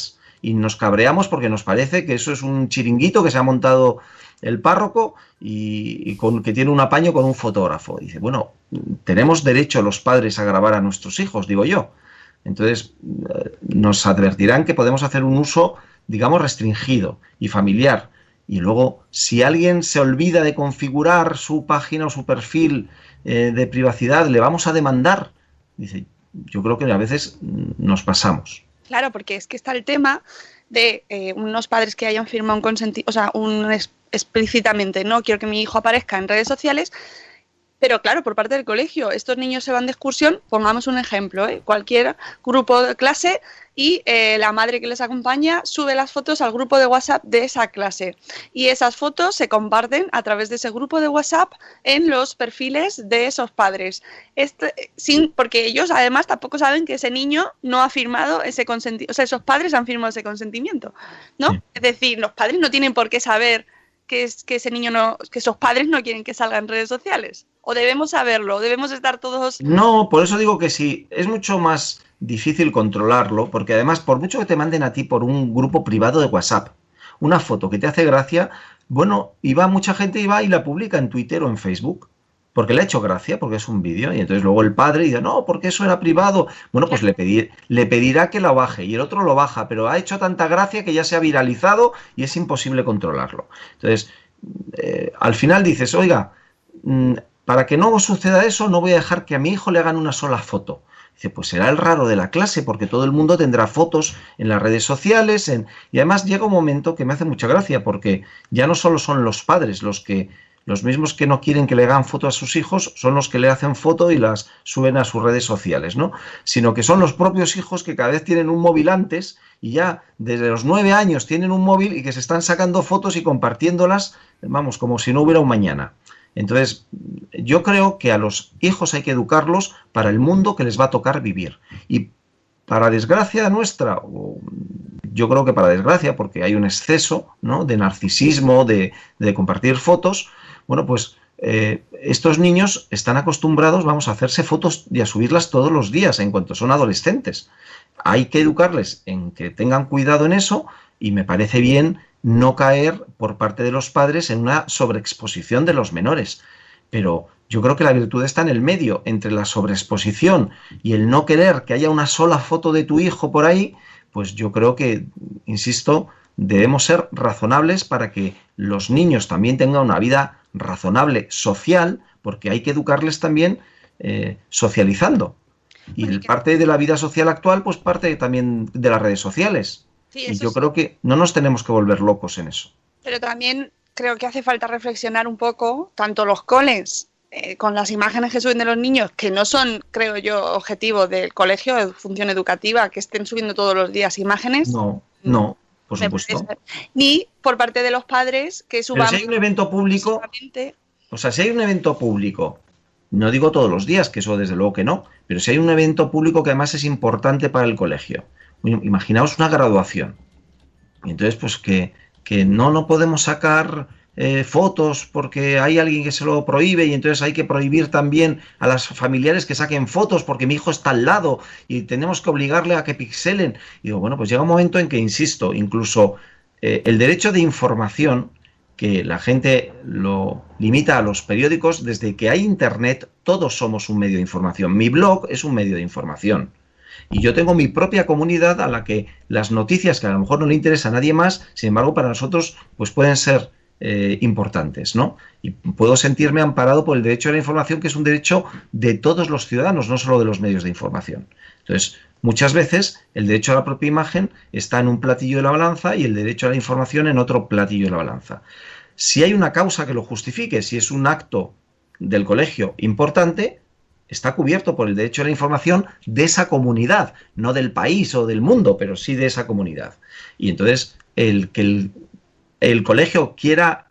y nos cabreamos porque nos parece que eso es un chiringuito que se ha montado el párroco y, y con, que tiene un apaño con un fotógrafo. Dice, bueno, tenemos derecho los padres a grabar a nuestros hijos, digo yo. Entonces, nos advertirán que podemos hacer un uso, digamos, restringido y familiar. Y luego, si alguien se olvida de configurar su página o su perfil eh, de privacidad, le vamos a demandar. Dice, yo creo que a veces nos pasamos. Claro, porque es que está el tema de eh, unos padres que hayan firmado un consentimiento, o sea, un es, explícitamente, no quiero que mi hijo aparezca en redes sociales. Pero claro, por parte del colegio, estos niños se van de excursión, pongamos un ejemplo, ¿eh? Cualquier grupo de clase y eh, la madre que les acompaña sube las fotos al grupo de WhatsApp de esa clase. Y esas fotos se comparten a través de ese grupo de WhatsApp en los perfiles de esos padres. Este, sin, porque ellos además tampoco saben que ese niño no ha firmado ese consentimiento, o sea, esos padres han firmado ese consentimiento, ¿no? Sí. Es decir, los padres no tienen por qué saber que, es, que ese niño no, que esos padres no quieren que salga en redes sociales. ¿O debemos saberlo? ¿Debemos estar todos...? No, por eso digo que sí, es mucho más difícil controlarlo, porque además, por mucho que te manden a ti por un grupo privado de WhatsApp, una foto que te hace gracia, bueno, y va mucha gente y va y la publica en Twitter o en Facebook, porque le ha hecho gracia, porque es un vídeo, y entonces luego el padre dice, no, porque eso era privado. Bueno, pues le, pedir, le pedirá que lo baje, y el otro lo baja, pero ha hecho tanta gracia que ya se ha viralizado y es imposible controlarlo. Entonces, eh, al final dices, oiga... Mmm, para que no suceda eso, no voy a dejar que a mi hijo le hagan una sola foto. Dice, pues será el raro de la clase, porque todo el mundo tendrá fotos en las redes sociales. En... Y además llega un momento que me hace mucha gracia, porque ya no solo son los padres los que, los mismos que no quieren que le hagan foto a sus hijos, son los que le hacen foto y las suben a sus redes sociales, ¿no? Sino que son los propios hijos que cada vez tienen un móvil antes y ya desde los nueve años tienen un móvil y que se están sacando fotos y compartiéndolas, vamos, como si no hubiera un mañana. Entonces, yo creo que a los hijos hay que educarlos para el mundo que les va a tocar vivir. Y para desgracia nuestra, o yo creo que para desgracia, porque hay un exceso, ¿no?, de narcisismo, de, de compartir fotos, bueno, pues eh, estos niños están acostumbrados, vamos, a hacerse fotos y a subirlas todos los días en cuanto son adolescentes. Hay que educarles en que tengan cuidado en eso y me parece bien no caer por parte de los padres en una sobreexposición de los menores. Pero yo creo que la virtud está en el medio, entre la sobreexposición y el no querer que haya una sola foto de tu hijo por ahí, pues yo creo que, insisto, debemos ser razonables para que los niños también tengan una vida razonable social, porque hay que educarles también eh, socializando. Y parte de la vida social actual, pues parte también de las redes sociales. Sí, y yo sí. creo que no nos tenemos que volver locos en eso. Pero también creo que hace falta reflexionar un poco, tanto los coles, eh, con las imágenes que suben de los niños, que no son, creo yo, objetivo del colegio, de función educativa, que estén subiendo todos los días imágenes. No, no, por supuesto. Ni por parte de los padres que suban... Pero si hay un evento público, o sea, si hay un evento público, no digo todos los días, que eso desde luego que no, pero si hay un evento público que además es importante para el colegio, imaginaos una graduación. Y entonces, pues que, que no, no podemos sacar eh, fotos porque hay alguien que se lo prohíbe y entonces hay que prohibir también a las familiares que saquen fotos porque mi hijo está al lado y tenemos que obligarle a que pixelen. Y digo, bueno, pues llega un momento en que, insisto, incluso eh, el derecho de información, que la gente lo limita a los periódicos, desde que hay internet, todos somos un medio de información. Mi blog es un medio de información. Y yo tengo mi propia comunidad a la que las noticias que a lo mejor no le interesa a nadie más, sin embargo para nosotros pues pueden ser eh, importantes, ¿no? Y puedo sentirme amparado por el derecho a la información, que es un derecho de todos los ciudadanos, no solo de los medios de información. Entonces, muchas veces el derecho a la propia imagen está en un platillo de la balanza y el derecho a la información en otro platillo de la balanza. Si hay una causa que lo justifique, si es un acto del colegio importante, está cubierto por el derecho a la información de esa comunidad, no del país o del mundo, pero sí de esa comunidad. Y entonces, el que el, el colegio quiera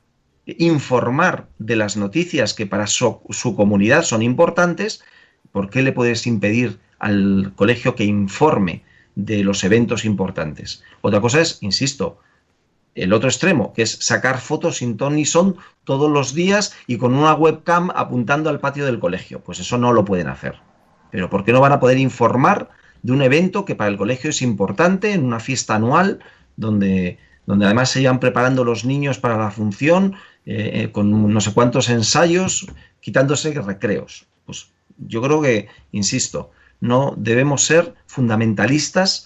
informar de las noticias que para su, su comunidad son importantes, ¿por qué le puedes impedir al colegio que informe de los eventos importantes? Otra cosa es, insisto, el otro extremo, que es sacar fotos sin ton ni son todos los días y con una webcam apuntando al patio del colegio. Pues eso no lo pueden hacer. Pero ¿por qué no van a poder informar de un evento que para el colegio es importante, en una fiesta anual? donde, donde además se iban preparando los niños para la función, eh, con no sé cuántos ensayos, quitándose recreos. Pues yo creo que, insisto, no debemos ser fundamentalistas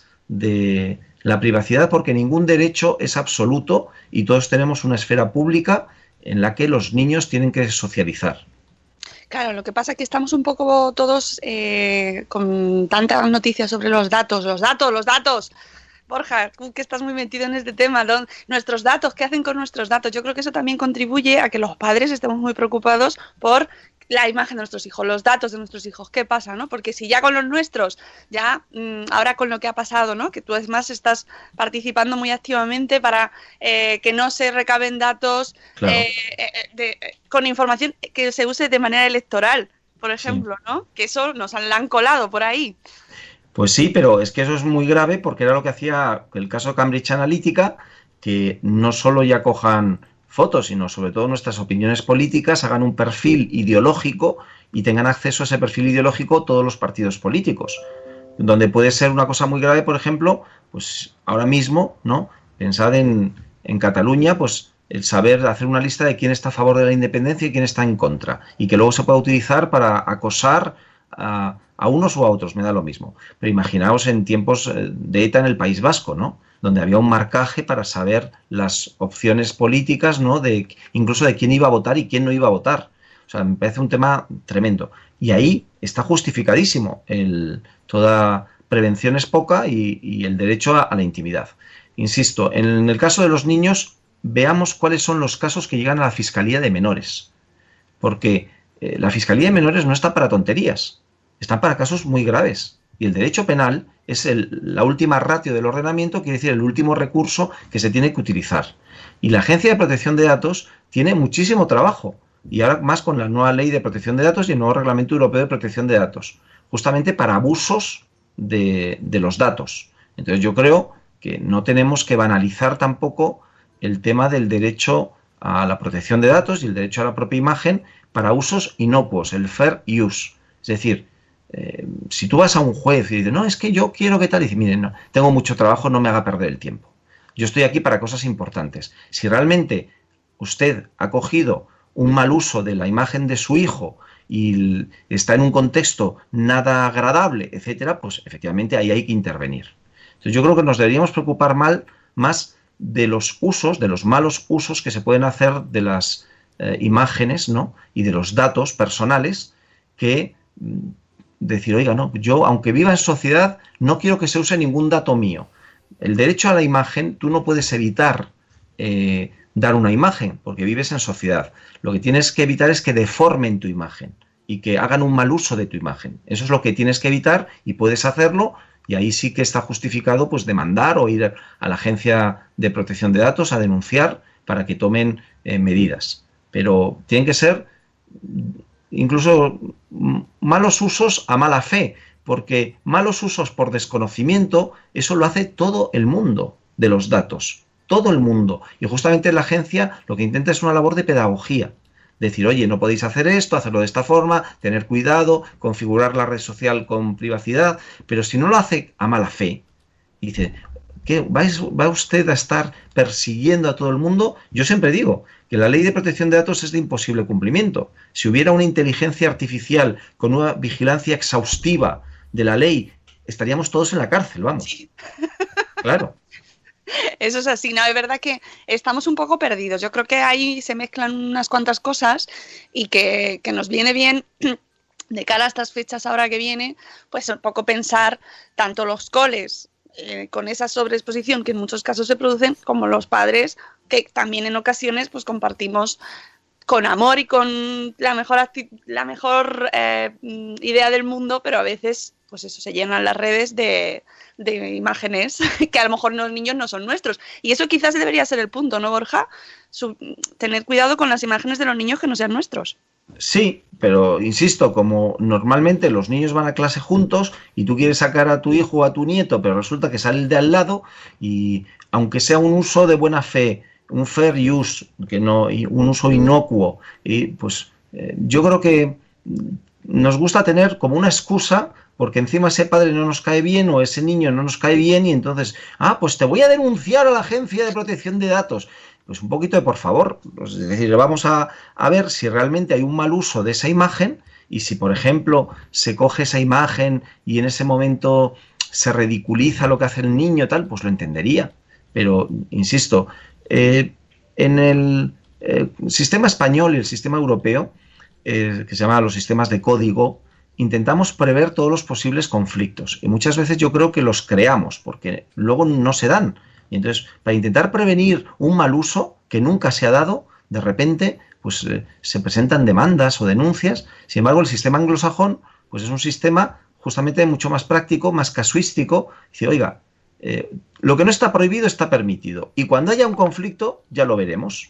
de la privacidad, porque ningún derecho es absoluto y todos tenemos una esfera pública en la que los niños tienen que socializar. Claro, lo que pasa es que estamos un poco todos eh, con tantas noticias sobre los datos, los datos, los datos. Borja, tú que estás muy metido en este tema, ¿no? Nuestros datos, ¿qué hacen con nuestros datos? Yo creo que eso también contribuye a que los padres estemos muy preocupados por la imagen de nuestros hijos, los datos de nuestros hijos, ¿qué pasa, no? Porque si ya con los nuestros, ya mmm, ahora con lo que ha pasado, ¿no? Que tú además estás participando muy activamente para eh, que no se recaben datos claro. eh, eh, de, con información que se use de manera electoral, por ejemplo, sí. ¿no? Que eso nos han, la han colado por ahí. Pues sí, pero es que eso es muy grave porque era lo que hacía el caso Cambridge Analytica, que no solo ya cojan fotos, sino sobre todo nuestras opiniones políticas, hagan un perfil ideológico y tengan acceso a ese perfil ideológico todos los partidos políticos. Donde puede ser una cosa muy grave, por ejemplo, pues ahora mismo, ¿no? Pensad en, en Cataluña, pues el saber hacer una lista de quién está a favor de la independencia y quién está en contra, y que luego se pueda utilizar para acosar a, a unos u a otros, me da lo mismo. Pero imaginaos en tiempos de ETA en el País Vasco, ¿no? Donde había un marcaje para saber las opciones políticas, ¿no? De, incluso de quién iba a votar y quién no iba a votar. O sea, me parece un tema tremendo. Y ahí está justificadísimo. El, toda prevención es poca y, y el derecho a, a la intimidad. Insisto, en el caso de los niños, veamos cuáles son los casos que llegan a la Fiscalía de Menores. Porque eh, la Fiscalía de Menores no está para tonterías. Está para casos muy graves. Y el derecho penal es el, la última ratio del ordenamiento, quiere decir el último recurso que se tiene que utilizar. Y la Agencia de Protección de Datos tiene muchísimo trabajo, y ahora más con la nueva Ley de Protección de Datos y el nuevo Reglamento Europeo de Protección de Datos, justamente para abusos de, de los datos. Entonces yo creo que no tenemos que banalizar tampoco el tema del derecho a la protección de datos y el derecho a la propia imagen para usos inocuos, el fair use. Es decir, Eh, si tú vas a un juez y dices, no, es que yo quiero que tal, y dices, miren, no, tengo mucho trabajo, no me haga perder el tiempo. Yo estoy aquí para cosas importantes. Si realmente usted ha cogido un mal uso de la imagen de su hijo y está en un contexto nada agradable, etcétera, pues efectivamente ahí hay que intervenir. Entonces yo creo que nos deberíamos preocupar mal, más de los usos, de los malos usos que se pueden hacer de las eh, imágenes, ¿no? Y de los datos personales que... decir, oiga, no, yo aunque viva en sociedad no quiero que se use ningún dato mío. El derecho a la imagen, tú no puedes evitar eh, dar una imagen porque vives en sociedad. Lo que tienes que evitar es que deformen tu imagen y que hagan un mal uso de tu imagen. Eso es lo que tienes que evitar y puedes hacerlo, y ahí sí que está justificado pues demandar o ir a la Agencia de Protección de Datos a denunciar para que tomen eh, medidas. Pero tienen que ser... incluso malos usos a mala fe, porque malos usos por desconocimiento, eso lo hace todo el mundo de los datos, todo el mundo. Y justamente la agencia lo que intenta es una labor de pedagogía. Decir, oye, no podéis hacer esto, hacerlo de esta forma, tener cuidado, configurar la red social con privacidad, pero si no lo hace a mala fe, dice... ¿Qué, vais, ¿Va usted a estar persiguiendo a todo el mundo? Yo siempre digo que la Ley de Protección de Datos es de imposible cumplimiento. Si hubiera una inteligencia artificial con una vigilancia exhaustiva de la ley, estaríamos todos en la cárcel, vamos. Sí. Claro. Eso es así, no, es verdad que estamos un poco perdidos. Yo creo que ahí se mezclan unas cuantas cosas y que, que nos viene bien... de cara a estas fechas ahora que viene, pues un poco pensar tanto los coles, Eh, con esa sobreexposición que en muchos casos se producen, como los padres, que también en ocasiones pues compartimos con amor y con la mejor acti- la mejor eh, idea del mundo, pero a veces pues eso, se llenan las redes de, de imágenes que a lo mejor los niños no son nuestros. Y eso quizás debería ser el punto, ¿no, Borja? Su- tener cuidado con las imágenes de los niños que no sean nuestros. Sí, pero insisto, como normalmente los niños van a clase juntos y tú quieres sacar a tu hijo o a tu nieto, pero resulta que sale el de al lado, y aunque sea un uso de buena fe, un fair use, que no, y un uso inocuo, y pues eh, yo creo que nos gusta tener como una excusa porque encima ese padre no nos cae bien o ese niño no nos cae bien y entonces, ah, pues te voy a denunciar a la Agencia de Protección de Datos. Pues un poquito de por favor, pues es decir, vamos a, a ver si realmente hay un mal uso de esa imagen y si, por ejemplo, se coge esa imagen y en ese momento se ridiculiza lo que hace el niño, tal, pues lo entendería. Pero, insisto, eh, en el eh, sistema español y el sistema europeo, eh, que se llama los sistemas de código, intentamos prever todos los posibles conflictos. Y muchas veces yo creo que los creamos, porque luego no se dan. Y entonces, para intentar prevenir un mal uso que nunca se ha dado, de repente, pues eh, se presentan demandas o denuncias. Sin embargo, el sistema anglosajón, pues es un sistema justamente mucho más práctico, más casuístico. Dice, oiga, eh, lo que no está prohibido está permitido. Y cuando haya un conflicto, ya lo veremos.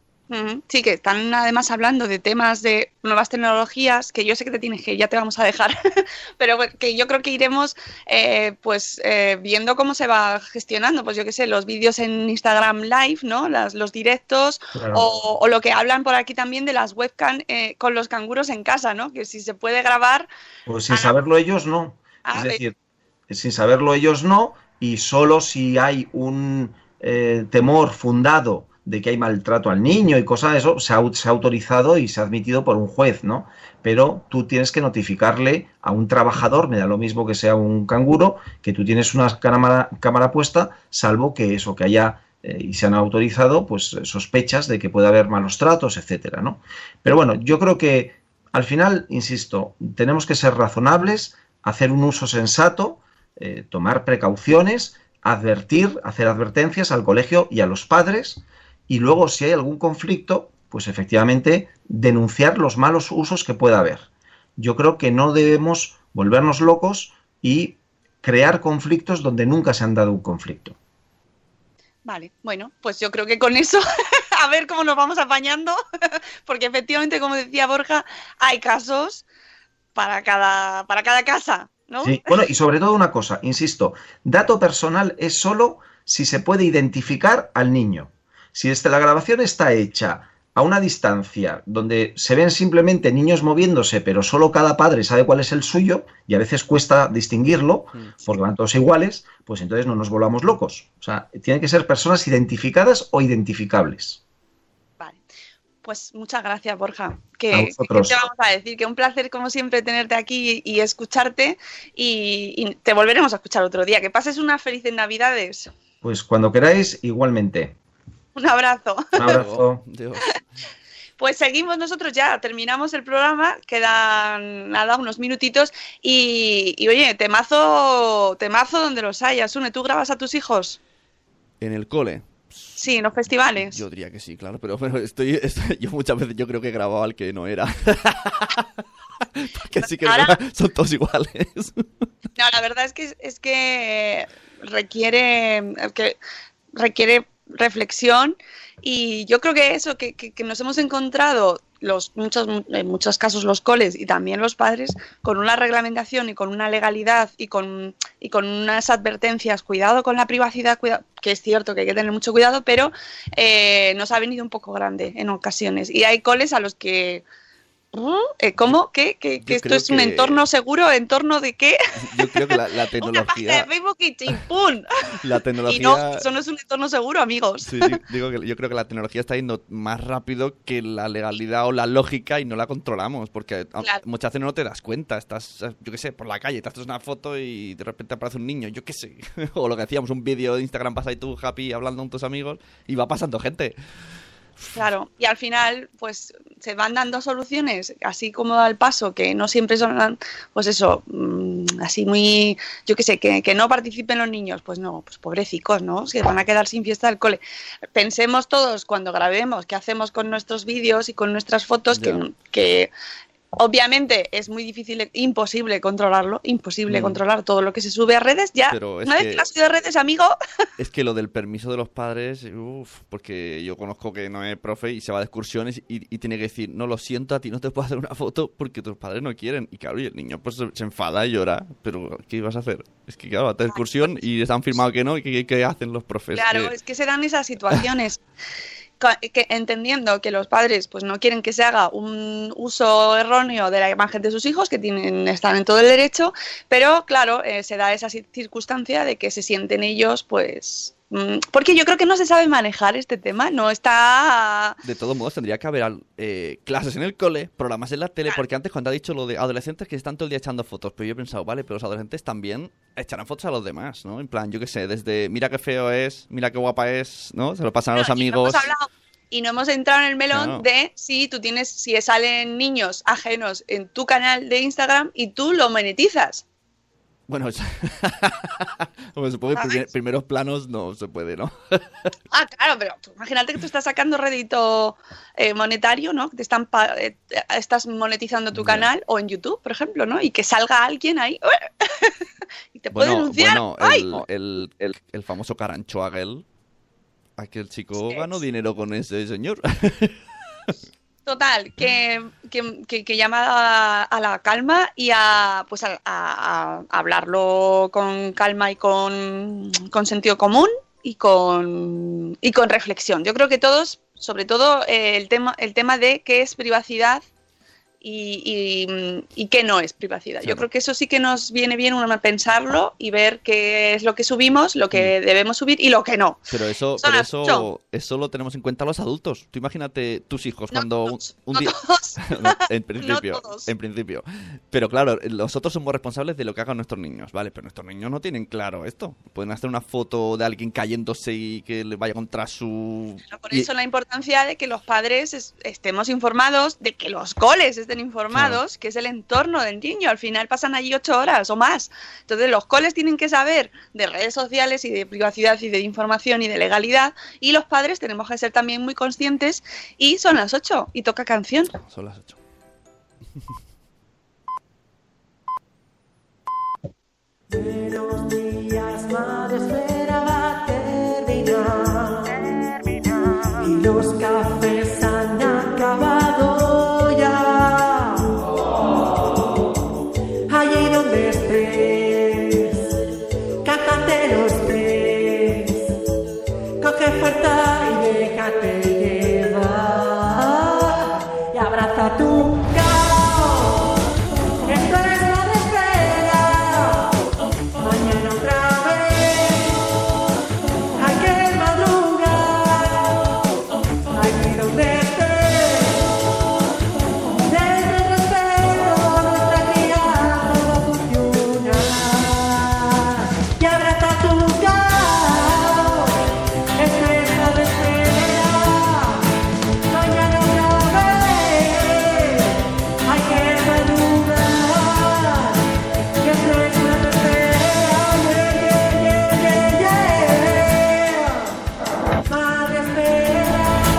Sí, que están además hablando de temas de nuevas tecnologías, que yo sé que te tienes que, ya te vamos a dejar, pero que yo creo que iremos eh, pues eh, viendo cómo se va gestionando, pues yo qué sé, los vídeos en Instagram Live, ¿no? Las, los directos, claro. o, o lo que hablan por aquí también de las webcam eh, con los canguros en casa, ¿no? Que si se puede grabar... Pues sin saberlo ellos no, es decir, sin saberlo ellos no, y solo si hay un eh, temor fundado de que hay maltrato al niño y cosas de eso, se ha, se ha autorizado y se ha admitido por un juez, ¿no? Pero tú tienes que notificarle a un trabajador, me da lo mismo que sea un canguro, que tú tienes una cámara, cámara puesta, salvo que eso, que haya, eh, y se han autorizado, pues sospechas de que puede haber malos tratos, etcétera, ¿no? Pero bueno, yo creo que al final, insisto, tenemos que ser razonables, hacer un uso sensato, eh, tomar precauciones, advertir, hacer advertencias al colegio y a los padres. Y luego, si hay algún conflicto, pues efectivamente denunciar los malos usos que pueda haber. Yo creo que no debemos volvernos locos y crear conflictos donde nunca se han dado un conflicto. Vale, bueno, pues yo creo que con eso, a ver cómo nos vamos apañando, porque efectivamente, como decía Borja, hay casos para cada, para cada casa, ¿no? Sí, bueno, y sobre todo una cosa, insisto, dato personal es solo si se puede identificar al niño. Si este, la grabación está hecha a una distancia donde se ven simplemente niños moviéndose, pero solo cada padre sabe cuál es el suyo, y a veces cuesta distinguirlo, porque van todos iguales, pues entonces no nos volvamos locos. O sea, tienen que ser personas identificadas o identificables. Vale. Pues muchas gracias, Borja. Que, que te vamos a decir que un placer, como siempre, tenerte aquí y, y escucharte, y, y te volveremos a escuchar otro día. Que pases unas felices Navidades. Pues cuando queráis, igualmente. Un abrazo. Un abrazo. Dios. Pues seguimos nosotros ya, terminamos el programa, quedan nada, unos minutitos y, y oye, temazo, temazo donde los hayas. Sune, ¿tú grabas a tus hijos? ¿En el cole? Sí, en los festivales. Yo diría que sí, claro, pero, pero estoy, estoy, yo muchas veces yo creo que grababa al que no era. Porque sí que ahora, son todos iguales. No, la verdad es que es que requiere que requiere reflexión, y yo creo que eso, que, que, que nos hemos encontrado los muchos, en muchos casos los coles y también los padres con una reglamentación y con una legalidad y con, y con unas advertencias, cuidado con la privacidad, cuidado, que es cierto que hay que tener mucho cuidado, pero eh, nos ha venido un poco grande en ocasiones, y hay coles a los que ¿cómo? ¿Qué? ¿Que, que esto es un que... entorno seguro? ¿Entorno de qué? Yo creo que la, la tecnología... Una de Facebook y ¡pum! La tecnología... Y no, eso no es un entorno seguro, amigos. Sí, digo que yo creo que la tecnología está yendo más rápido que la legalidad o la lógica y no la controlamos, porque claro. Muchas veces no te das cuenta. Estás, yo qué sé, por la calle, te haces una foto y de repente aparece un niño, yo qué sé. O lo que decíamos, un vídeo de Instagram, pasa y tú, happy, hablando con tus amigos y va pasando gente. Claro, y al final pues se van dando soluciones así como al paso, que no siempre son, pues eso, así muy, yo qué sé, que, que no participen los niños, pues no, pues pobrecicos, ¿no? Se van a quedar sin fiesta del cole. Pensemos todos cuando grabemos qué hacemos con nuestros vídeos y con nuestras fotos, que, que obviamente es muy difícil, imposible controlarlo, imposible mm. controlar todo lo que se sube a redes. Ya, una vez que has subido a redes, amigo... Es que lo del permiso de los padres, uff, porque yo conozco que no es profe y se va de excursiones y, y tiene que decir, no, lo siento, a ti no te puedo hacer una foto porque tus padres no quieren. Y claro, y el niño pues se enfada y llora, pero ¿qué vas a hacer? Es que claro, va a tener excursión y les han firmado que no, y ¿qué, qué hacen los profes? Claro, que... es que se dan esas situaciones. que, entendiendo que los padres pues no quieren que se haga un uso erróneo de la imagen de sus hijos, que tienen, están en todo el derecho, pero claro, eh, se da esa circunstancia de que se sienten ellos pues... Porque yo creo que no se sabe manejar este tema, no está... De todos modos, tendría que haber eh, clases en el cole, programas en la tele, porque antes cuando ha dicho lo de adolescentes que están todo el día echando fotos, pero yo he pensado, vale, pero los adolescentes también echarán fotos a los demás, ¿no? En plan, yo qué sé, desde mira qué feo es, mira qué guapa es, ¿no? Se lo pasan a los amigos... Y no hemos hablado, y no hemos entrado en el melón claro. de si tú tienes, si salen niños ajenos en tu canal de Instagram y tú lo monetizas. Bueno, como supongo que primer, primeros planos no se puede, ¿no? Ah, claro, pero tú, imagínate que tú estás sacando rédito eh, monetario, ¿no? Que te están pa eh, estás monetizando tu Bien. canal o en YouTube, por ejemplo, ¿no? Y que salga alguien ahí y te puede Bueno, denunciar. bueno ¡Ay! el, el, el, el famoso Carancho Aguel, aquel chico Sí. ganó dinero con ese señor. Total, que, que, que, que llama a, a la calma y a pues a, a, a hablarlo con calma y con, con sentido común y con, y con reflexión. Yo creo que todos, sobre todo eh, el tema, el tema de qué es privacidad y, y, y qué no es privacidad. Claro. Yo creo que eso sí que nos viene bien uno pensarlo y ver qué es lo que subimos, lo que mm. debemos subir y lo que no. Pero eso, pero eso, eso lo tenemos en cuenta los adultos. Tú imagínate tus hijos no cuando todos, un, un no día... todos. no, en principio, no todos. en principio. Pero claro, nosotros somos responsables de lo que hagan nuestros niños, ¿vale? Pero nuestros niños no tienen claro esto. Pueden hacer una foto de alguien cayéndose y que le vaya contra su... Pero por y... eso la importancia de que los padres es, estemos informados, de que los coles estén informados, claro. que es el entorno del niño. Al final pasan allí ocho horas o más. Entonces los coles tienen que saber de redes sociales y de privacidad y de información y de legalidad, y los padres tenemos que ser también muy conscientes. Y son las ocho y toca canción. Son las ocho. Buenos días, madre esfera, va a terminar. terminar. Y los cafés han acabado ya. Oh. Allí donde estés, cájate los pies, coge fuerza y déjate llevar. Y abraza tu caos. Esto es la espera. Mañana otra vez. Hay que madrugar. Allí donde estés. Desde el respeto a nuestra guía todo funciona. Y abraza tu caos. Esto es la espera. Mañana otra vez. Hay que madrugar. Y esto es la espera. Yeah, yeah, yeah, yeah. Madre espera.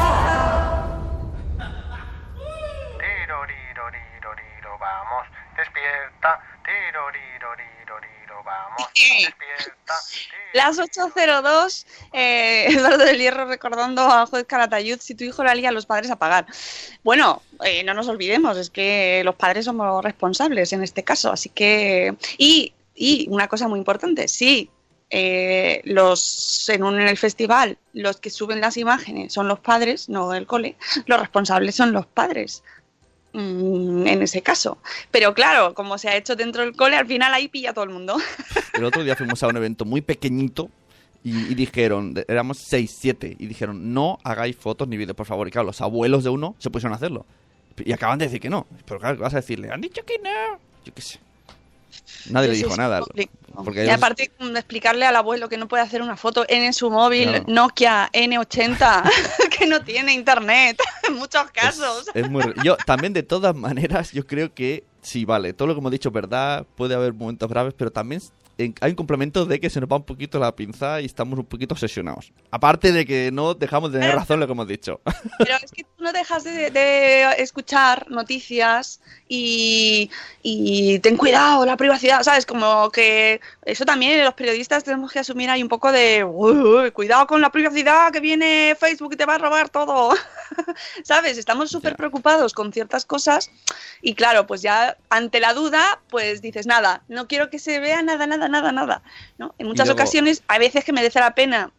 Tiroriroriroririro, vamos, despierta. Tiroriroriroririro, vamos, despierta. Las ocho cero dos, eh, Eduardo del Hierro recordando al juez Calatayud: si tu hijo la lía, los padres a pagar. Bueno, eh, no nos olvidemos, es que los padres somos responsables en este caso, así que... Y, y una cosa muy importante, sí, eh, los en, un, en el festival los que suben las imágenes son los padres, no el cole, los responsables son los padres. En ese caso. Pero claro, como se ha hecho dentro del cole, al final ahí pilla todo el mundo. El otro día fuimos a un evento muy pequeñito y, y dijeron, éramos seis, siete, y dijeron, no hagáis fotos ni vídeos, por favor. Y claro, los abuelos de uno se pusieron a hacerlo. Y acaban de decir que no. Pero claro, ¿qué vas a decirle? Han dicho que no. Yo qué sé. Nadie Sí, le dijo sí, nada. sí, Porque y ellos... aparte de explicarle al abuelo que no puede hacer una foto en su móvil Claro. Nokia ene ochenta, que no tiene internet, en muchos casos. Es, es muy... Yo también, de todas maneras, yo creo que sí, vale, todo lo que hemos dicho es verdad, puede haber momentos graves, pero también en- hay un complemento de que se nos va un poquito la pinza y estamos un poquito obsesionados. Aparte de que no dejamos de tener razón en lo que hemos dicho. Pero es que tú no dejas de, de escuchar noticias y, y ten cuidado, la privacidad, ¿sabes? Como que eso también los periodistas tenemos que asumir ahí un poco de uy, uy, cuidado con la privacidad, que viene Facebook y te va a robar todo, ¿sabes? Estamos súper Ya. preocupados con ciertas cosas y claro, pues ya ante la duda, pues dices nada, no quiero que se vea nada, nada, nada, nada, ¿no? En muchas luego- ocasiones, hay veces que merece la pena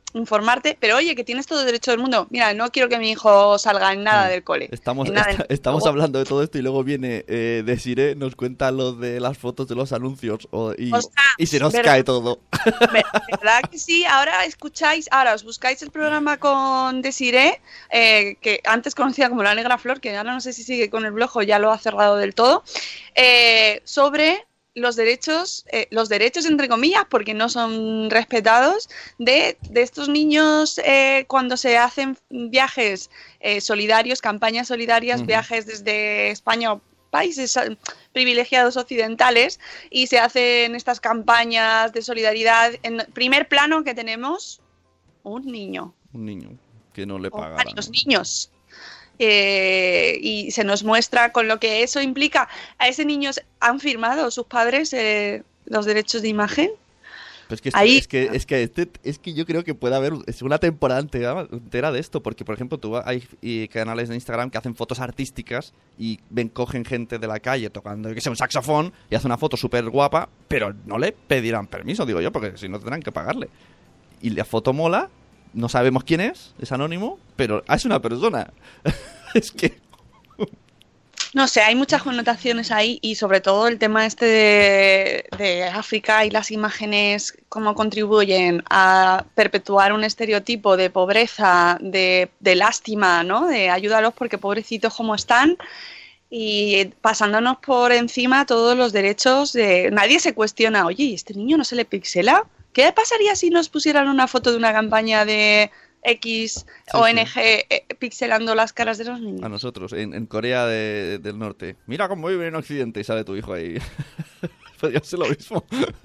informarte, pero oye, que tienes todo el derecho del mundo. Mira, no quiero que mi hijo salga en nada del cole. Estamos, nada est- del... estamos hablando de todo esto y luego viene eh, Desiree, nos cuenta lo de las fotos de los anuncios o- y, Ostras, y se nos ¿verdad? cae todo. ¿Verdad que sí? Ahora escucháis, ahora os buscáis el programa con Desiree, eh, que antes conocida como La Negra Flor, que ahora no sé si sigue con el blog o ya lo ha cerrado del todo, eh, sobre los derechos, eh, los derechos entre comillas, porque no son respetados, de, de estos niños eh, cuando se hacen viajes eh, solidarios, campañas solidarias, Ujú. viajes desde España o países eh, privilegiados occidentales, y se hacen estas campañas de solidaridad. En primer plano que tenemos un niño, Un niño que no le o paga. varios niños. Eh, y se nos muestra con lo que eso implica. A ese niño han firmado sus padres eh, los derechos de imagen. Pues que es, Ahí- es que es que este, es que yo creo que puede haber es una temporada entera, entera de esto, porque por ejemplo tú hay y canales de Instagram que hacen fotos artísticas y ven cogen gente de la calle tocando, yo que sé, un saxofón y hace una foto súper guapa, pero no le pedirán permiso, digo yo, porque si no tendrán que pagarle. Y la foto mola, no sabemos quién es, es anónimo, pero ah, es una persona. Es que No sé, hay muchas connotaciones ahí, y sobre todo el tema este de, de África y las imágenes, cómo contribuyen a perpetuar un estereotipo de pobreza, de, de lástima, ¿no? De ayúdalos porque pobrecitos como están, y pasándonos por encima todos los derechos de... Nadie se cuestiona, oye, ¿y este niño no se le pixela? ¿Qué pasaría si nos pusieran una foto de una campaña de X O N G eh, pixelando las caras de los niños? a nosotros, en, en Corea de- del Norte, mira cómo vive en Occidente y sale tu hijo ahí. Podría ser lo mismo.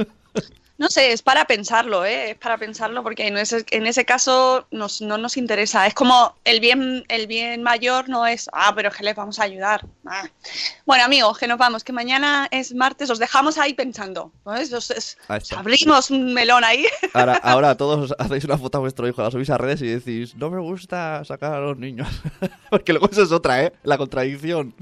No sé, es para pensarlo, ¿eh? Es para pensarlo, porque en ese, en ese caso nos, no nos interesa. Es como el bien, el bien mayor no es, ah, pero es que les vamos a ayudar. Ah. Bueno, amigos, que nos vamos, que mañana es martes, os dejamos ahí pensando, ¿no? Es- os- es- Ahí está. abrimos un melón ahí. Ahora, ahora todos hacéis una foto a vuestro hijo, la subís a redes y decís, no me gusta sacar a los niños. Porque luego eso es otra, ¿eh? La contradicción.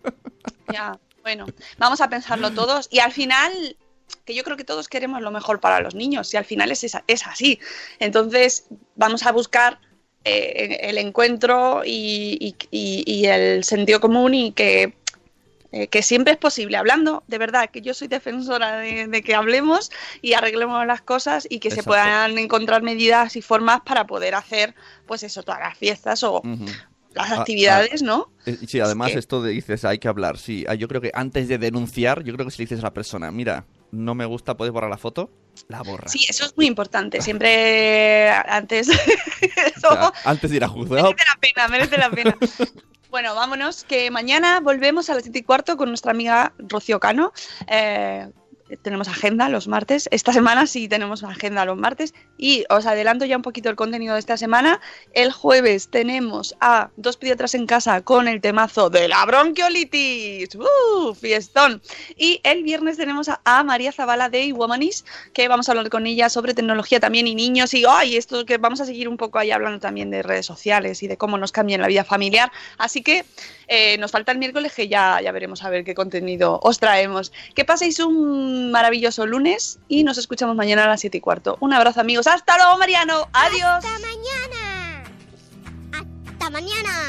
Ya, bueno, vamos a pensarlo todos, y al final, que yo creo que todos queremos lo mejor para los niños, y al final es, esa- es así. Entonces vamos a buscar eh, el encuentro y, y- y- y el sentido común, y que, eh, que siempre es posible, hablando, de verdad, que yo soy defensora de, de que hablemos y arreglemos las cosas, y que se Exacto. puedan encontrar medidas y formas para poder hacer, pues eso, todas las fiestas o Ujú. las Ah, actividades, ah, ¿no? eh, Sí, además que- esto de dices, hay que hablar. Sí, ah, yo creo que antes de denunciar, yo creo que si le dices a la persona, mira, no me gusta, ¿puedes borrar la foto? La borra. Sí, eso es muy importante. Siempre antes. Eso O sea, antes de ir a juzgado. merece la pena, merece la pena. Bueno, vámonos, que mañana volvemos a las siete y cuarto con nuestra amiga Rocío Cano. Eh, tenemos agenda los martes. Esta semana sí tenemos agenda los martes. Y os adelanto ya un poquito el contenido de esta semana. El jueves tenemos a dos pediatras en casa con el temazo de la bronquiolitis. ¡Uh! Fiestón. Y el viernes tenemos a, a María Zavala de iWomanis, que vamos a hablar con ella sobre tecnología también y niños. Y ¡ay! Esto que vamos a seguir un poco ahí hablando también de redes sociales y de cómo nos cambian la vida familiar. Así que eh, nos falta el miércoles, que ya, ya veremos a ver qué contenido os traemos. Que paséis un maravilloso lunes y nos escuchamos mañana a las siete y cuarto. Un abrazo, amigos. ¡Hasta luego, Mariano! ¡Adiós! ¡Hasta mañana! ¡Hasta mañana!